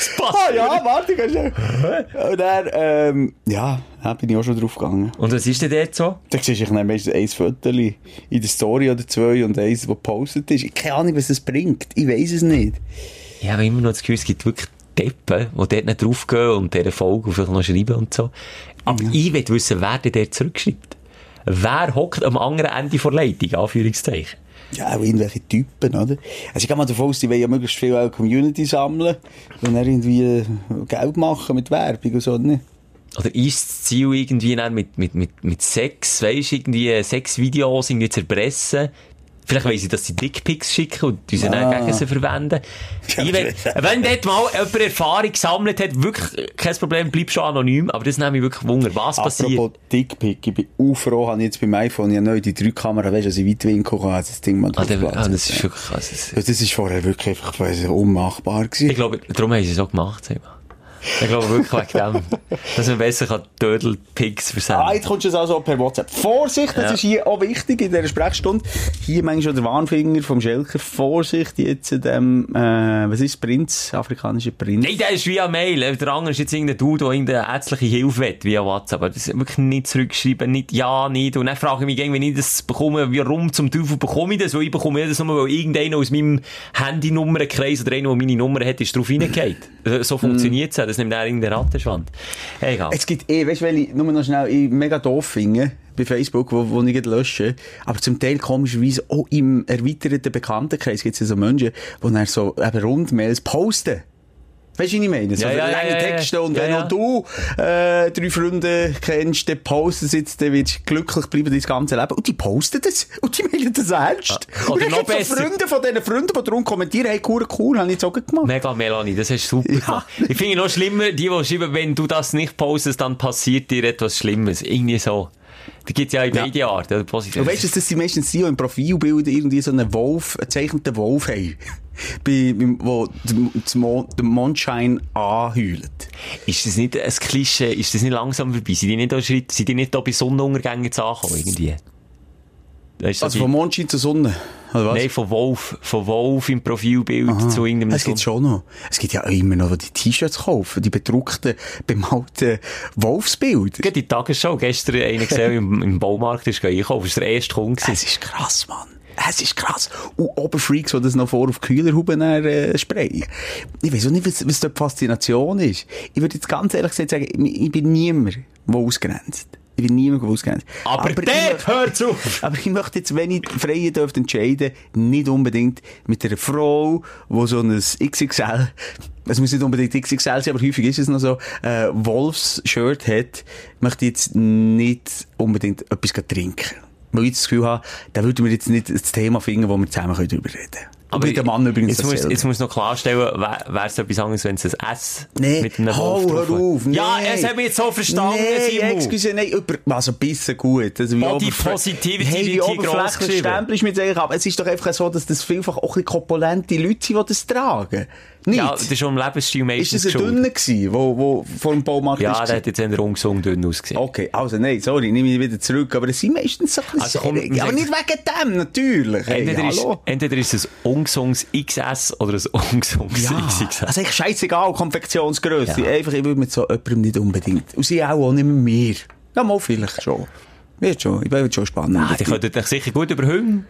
Ah ja, warte, kannst du. Und dann, ähm, ja, da bin ich auch schon drauf gegangen. Und was ist denn dort so? Da siehst du, ich nehme meistens ein Foto in der Story oder zwei und eins, das gepostet ist. Ich keine Ahnung, was das bringt. Ich weiss es nicht. Ich habe immer noch das Gefühl, es gibt wirklich Deppen, die dort nicht draufgehen und dieser Folge vielleicht noch schreiben und so. Aber ja. ich will wissen, wer dort zurückschreibt. Wer hockt am anderen Ende der Leitung, Anführungszeichen. Ja, auch irgendwelche Typen, oder? Also ich gehe mal davon aus, die wollen ja möglichst viel auch Community sammeln und dann irgendwie Geld machen mit Werbung und so, ne? Oder ist das Ziel irgendwie dann mit, mit, mit, mit Sex, weisst, irgendwie Sexvideos irgendwie zu erpressen? Vielleicht weiss ich, dass sie Dickpics schicken und diese ah. dann gegen sie verwenden. Ja, ich will, wenn dort mal jemand Erfahrung gesammelt hat, wirklich kein Problem, bleib schon anonym, aber das nehme ich wirklich Wunder. Was Apropos passiert? Apropos Dickpic, ich bin auch froh, habe ich jetzt beim iPhone ja neu die drei Kameras, weisst du, dass ich Weitwinkel kann, das Ding mal drauf ah, ah, das ist wirklich krass. Das ist vorher wirklich einfach weiss, unmachbar gewesen. Ich glaube, darum haben sie es so gemacht, sag mal. Ich glaube wirklich wegen dem, dass man besser Dödel-Pics versenden kann. Ah, jetzt kommst du es also per WhatsApp. Vorsicht, das ja. ist hier auch wichtig in dieser Sprechstunde. Hier manchmal schon der Warnfinger vom Schelker. Vorsicht jetzt dem, äh, was ist Prinz? Afrikanischer Prinz? Nein, der ist via Mail. Der andere ist jetzt irgendein Dude, der irgendeine ärztliche Hilfe will, via WhatsApp. Aber das ist wirklich nicht zurückschreiben, nicht ja, nicht. Und dann frage ich mich, wenn ich das bekomme, warum zum Teufel bekomme ich das? Weil ich bekomme das nur, weil irgendeiner aus meinem Handynummern-Kreis oder einer, der meine Nummer hat, ist drauf reingeht. So funktioniert es. Das nimmt auch irgendein Rattenschwand. Hey, egal. Es gibt eh, weißt du, weil ich nur noch schnell ich mega doof finde, bei Facebook, wo, wo ich lösche, aber zum Teil komischerweise auch im erweiterten Bekanntenkreis gibt es ja so Menschen, die dann so eben Rundmails posten. Weißt du, was ich meine? So ja, ja, lange ja, Texte ja, und ja, wenn ja. auch du äh, drei Freunde kennst, dann postest du jetzt, dann wirst du glücklich bleiben dein ganzes Leben. Und die posten das. Und die mailen das ernst. Ja. Und dann noch gibt es so Freunde von diesen Freunden, die darum kommentieren, hey, cool, cool, habe ich jetzt auch gemacht. Mega, Melanie, das hast du super ja. gemacht. Ich finde noch schlimmer, die, die schreiben, wenn du das nicht postest, dann passiert dir etwas Schlimmes. Irgendwie so. Die gibt's ja in ja. beide Arten. Und weißt du, dass die meistens die, die im Profilbild irgendwie so einen Wolf, einen gezeichneten Wolf haben? Bei, wo der Mondschein anheult. Ist das nicht ein Klischee? Ist das nicht langsam vorbei? Sind die nicht da, sind die nicht da bei Sonnenuntergängen zu ankommen, irgendwie? Weißt du, also von Mondschein zur Sonne? Oder was? Nein, von Wolf. Von Wolf im Profilbild Aha. zu irgendeinem Es gibt schon noch. Es gibt ja auch immer noch die T-Shirts kaufen, die bedruckten, bemalten Wolfsbilder. Gerade die Tagesschau. Gestern einer gesehen, im, im Baumarkt ist einkaufen. Das war der erste Kunde. Es ist krass, Mann. Es ist krass. Und Oberfreaks, die das noch vor auf Kühlerhuben äh, sprayen. Ich weiss auch nicht, was, was da die Faszination ist. Ich würde jetzt ganz ehrlich gesagt sagen, ich, ich bin niemand, der ausgrenzt. Ich bin niemand ausgrenzt. Aber, aber der hört auf! Aber ich möchte jetzt, wenn ich frei dürfte entscheiden, nicht unbedingt mit einer Frau, die so ein X X L, es muss nicht unbedingt X X L sein, aber häufig ist es noch so, äh, Wolfs-Shirt hat, möchte ich jetzt nicht unbedingt etwas trinken. Weil ich das Gefühl habe, da würden wir jetzt nicht das Thema finden, wo wir zusammen darüber reden können. Aber der Mann übrigens jetzt muss, jetzt muss noch klarstellen, wäre es etwas anderes, wenn es ein S nee. mit einem Wolf oh, drauf hör auf, nee. Ja, es hat mich jetzt so verstanden, nee, excuse, nein, über, also ein bisschen gut. Also Body Positivity hey, wie oberflächlich Stempel ist mit eigentlich ab. Es ist doch einfach so, dass das vielfach auch ein bisschen korpulente Leute sind, die das tragen. Nicht? Ja, das ist schon im Lebensstil meistens Ist das ein dünner gewesen, wo, wo vor dem Baumarkt ja, ist? Ja, der hat jetzt eher ungesund dünn ausgesehen. Okay, also nein, sorry, nehme ich wieder zurück, aber es sind meistens so ein bisschen also, komm, aber nicht wegen dem, natürlich. Hey, entweder, ist, entweder ist es ein ungesundes X S oder ein ungesundes ja, X X S. Also eigentlich scheissegal, Konfektionsgrösse. Ja. Einfach, ich würde mit so jemandem nicht unbedingt. Und sie auch, auch nicht mit mir. Ja, mal vielleicht schon. Wird schon, ich bin schon spannend. Ah, die könnten dich sicher gut überhören.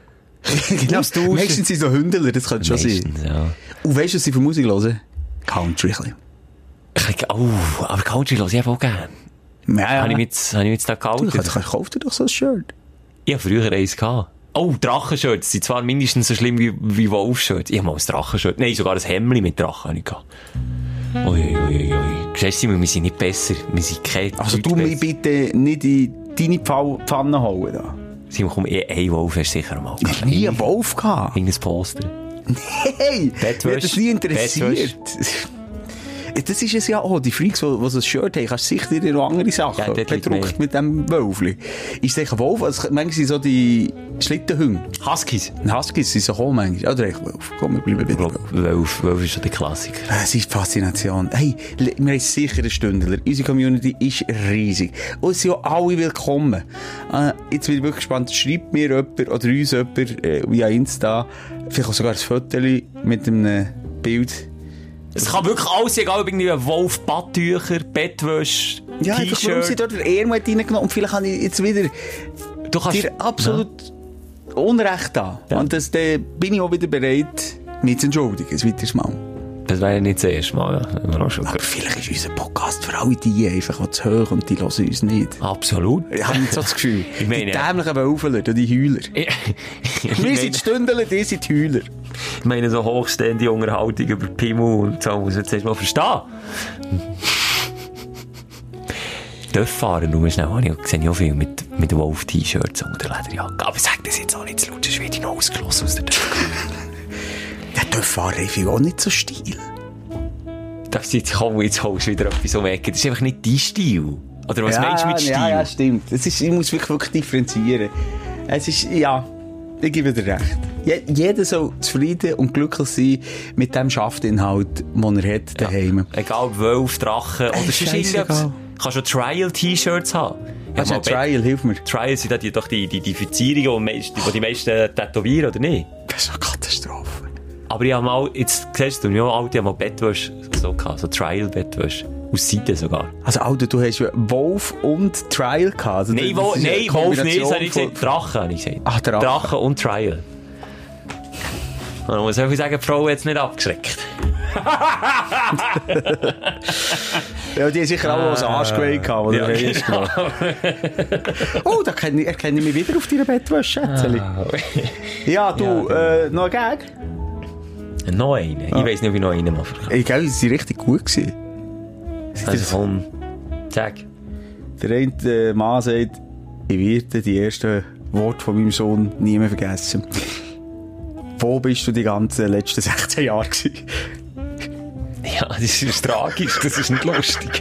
Genau, meistens sind so Hündler, das könnte schon sein. Ja. Und weißt du, was sie für Musik hören? Country. Oh, aber Country höre ich auch gerne. Ja, ja. Habe ich mich jetzt, hab ich mich jetzt da gehalten? Du kannst, kauf dir doch so ein Shirt. Ich habe früher eins gehabt. Oh, Drachenshirts sind zwar mindestens so schlimm wie, wie Wolfshirts. Ich habe mal ein Drachenshirt. Nein, sogar ein Hemdli mit Drachen habe ich gehabt. Ui, ui, ui. Siehst du, wir sind nicht besser. Wir sind keine Also du mich bitte nicht in deine Pfanne holen da. Simon, komm, ein Wolf hast du sicher mal gehabt. Ich habe nie einen Wolf gehabt. Irgendein Poster. Hey, mich hat das nie interessiert. Das ist es ja auch, die Freaks, die, die so ein Shirt haben, kannst du sicher noch andere Sachen ja, bedruckt mit dem Wölfli. Ist es ein Wolf? Also, manchmal sind so die Schlittenhunde. Huskies. Huskies sind so auch manchmal. Oder echt Wolf. Komm, wir bleiben bei Wolf. Wolf. Wolf ist schon der Klassiker. Es ist Faszination. Hey, wir haben sicher einen Stündler. Unsere Community ist riesig. Und es sind ja alle willkommen. Äh, jetzt bin ich wirklich gespannt. Schreibt mir jemand oder uns jemand äh, via Insta, vielleicht auch sogar ein Foto mit einem Bild. Es kann wirklich alles sein, egal ob irgendwie ein Wolf, Badtücher, Bettwäsche, ja, T-Shirt. Ja, einfach, warum sie dort den Ärmel reingenommen und vielleicht habe ich jetzt wieder du kannst, dir absolut ja. Unrecht da. Ja. Und das, dann bin ich auch wieder bereit, mich zu entschuldigen, ein weiteres Mal. Das wäre ja nicht das erste Mal, ja. Auch schon aber vielleicht ist unser Podcast für alle die einfach zu hoch und die hören uns nicht. Absolut. Ich habe nicht so das Gefühl. Ich meine, die dämlichen Wölfler, die Heuler. Ich, ich Wir sind die Stündler, die sind die Heuler. Ich meine, so hochstehende Unterhaltung über Pimmel und so muss ich jetzt erst mal verstehen. Dörffahren, nur schnell, ich sehe ja auch viel mit, mit Wolf-T-Shirts und der Lederjacke. Aber sag das jetzt auch nicht zu laut, sonst werde ich noch ausgeschlossen aus der Dörfahrer. Der Dörfahrer hat auch nicht so Stil. Das ist jetzt, komm, jetzt holst du wieder etwas um die Ecke. Das ist einfach nicht dein Stil. Oder was ja, meinst du mit Stil? Ja, ja, stimmt. Es ist, ich muss wirklich, wirklich differenzieren. Es ist, ja, ich gebe dir recht. Je, jeder soll zufrieden und glücklich sein mit dem Schaftinhalt, den er hat daheim. Ja. Egal, Wolf, Drachen oder sonst irgendwas. Du kannst schon Trial-T-Shirts haben. Was ist Trial? Hilf mir. Trial sind ja die, doch die, die, die Verzierungen, die die meisten tätowieren, oder nicht? Das ist eine Katastrophe. Aber ich habe mal, jetzt siehst du, ich habe mal Bettwäsche so gehabt, so Trial-Bettwäsche. Aus Seite sogar. Also, Alter, du hast Wolf und Trial gehabt. Also, nein, Wo, nein Wolf nicht, das habe ich gesagt. Drachen habe ich gesagt. Ach, Drachen. Drachen und Trial. Und dann muss ich sagen, die Frau hat es nicht abgeschreckt. Ja, die haben sicher auch als Arschgeweih gehabt, oder? Ja, genau. Oh, da erkenne ich, erkenne ich mich wieder auf deiner Bettwäsche, Schätzeli. Ja, du, ja, äh, noch ein Gag? Noch einen? Ah. Ich weiss nicht, ob ich noch einen mache. Ich glaube, sie waren richtig gut gewesen. Also komm, sag. Der eine äh, Mann sagt, ich werde die ersten Worte von meinem Sohn nie mehr vergessen. Wo bist du die ganzen letzten sechzehn Jahre gewesen? Ja, das ist tragisch, das ist nicht lustig.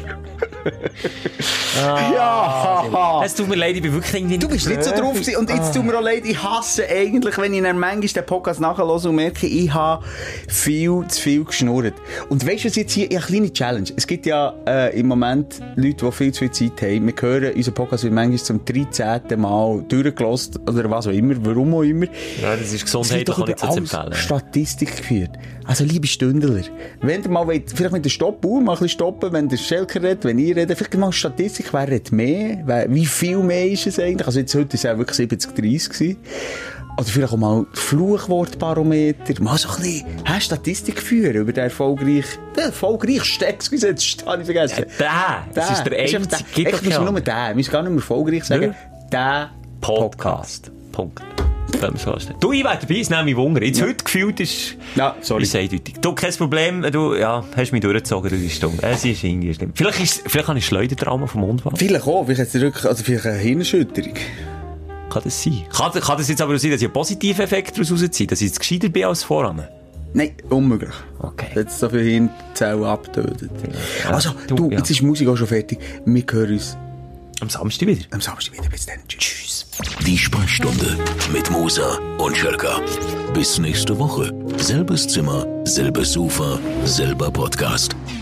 Ah, ja! Es tut mir leid, ich bin wirklich irgendwie Du bist nicht so drauf gewesen. Und jetzt ah. tut mir auch leid, ich hasse eigentlich, wenn ich dann manchmal den Podcast nachhöre und merke, ich habe viel zu viel geschnurrt. Und weißt du, was jetzt hier, eine kleine Challenge. Es gibt ja äh, im Moment Leute, die viel zu viel Zeit haben. Wir hören unseren Podcast wird manchmal zum dreizehnten Mal durchgelost oder was auch immer, warum auch immer. Ja, das ist gesundheitlich auch nicht so zu empfehlen. Statistik geführt. Also, liebe Stündler, wenn ihr mal wollt, vielleicht mit der Stoppuhr mal ein bisschen stoppen, wenn der Schelker redet, wenn ich rede, vielleicht mal Statistik, wer redet mehr? Wer, wie viel mehr ist es eigentlich? Also jetzt heute war es auch wirklich siebzig dreißig gewesen. Oder vielleicht auch mal Fluchwortbarometer, mal so ein bisschen hä, Statistik führen über den erfolgreichen, den erfolgreichsten, excuse, jetzt habe ich vergessen. Ja, der, das ist der einzige. Ich muss nur den, wir müssen gar nicht mehr erfolgreich sagen, ja. Der Podcast. Punkt. Du, ich werde dabei, es nehme mich Wunder. Jetzt ja. Heute gefühlt ist, ja, sorry. ist eindeutig. Du, kein Problem, du, ja, hast mich durchgezogen durch die Stunde. Es ist irgendwie schlimm. Vielleicht ist, vielleicht habe ich Schleudertrauma vom Unfall. Vielleicht auch, vielleicht, also vielleicht eine Hirnerschütterung. Kann das sein? Kann, kann das jetzt aber sein, dass ich einen positiven Effekt daraus rausziehe, dass ich jetzt gescheiter bin als voran? Nein, unmöglich. Okay. Jetzt so viele Hirnzellen abgetötet. Ja. Also, du, du ja. Jetzt ist die Musik auch schon fertig. Wir hören uns am Samstag wieder. Am Samstag wieder. Bis dann. Tschüss. Die Sprechstunde mit Musa und Schelka. Bis nächste Woche. Selbes Zimmer, selbes Sofa, selber Podcast.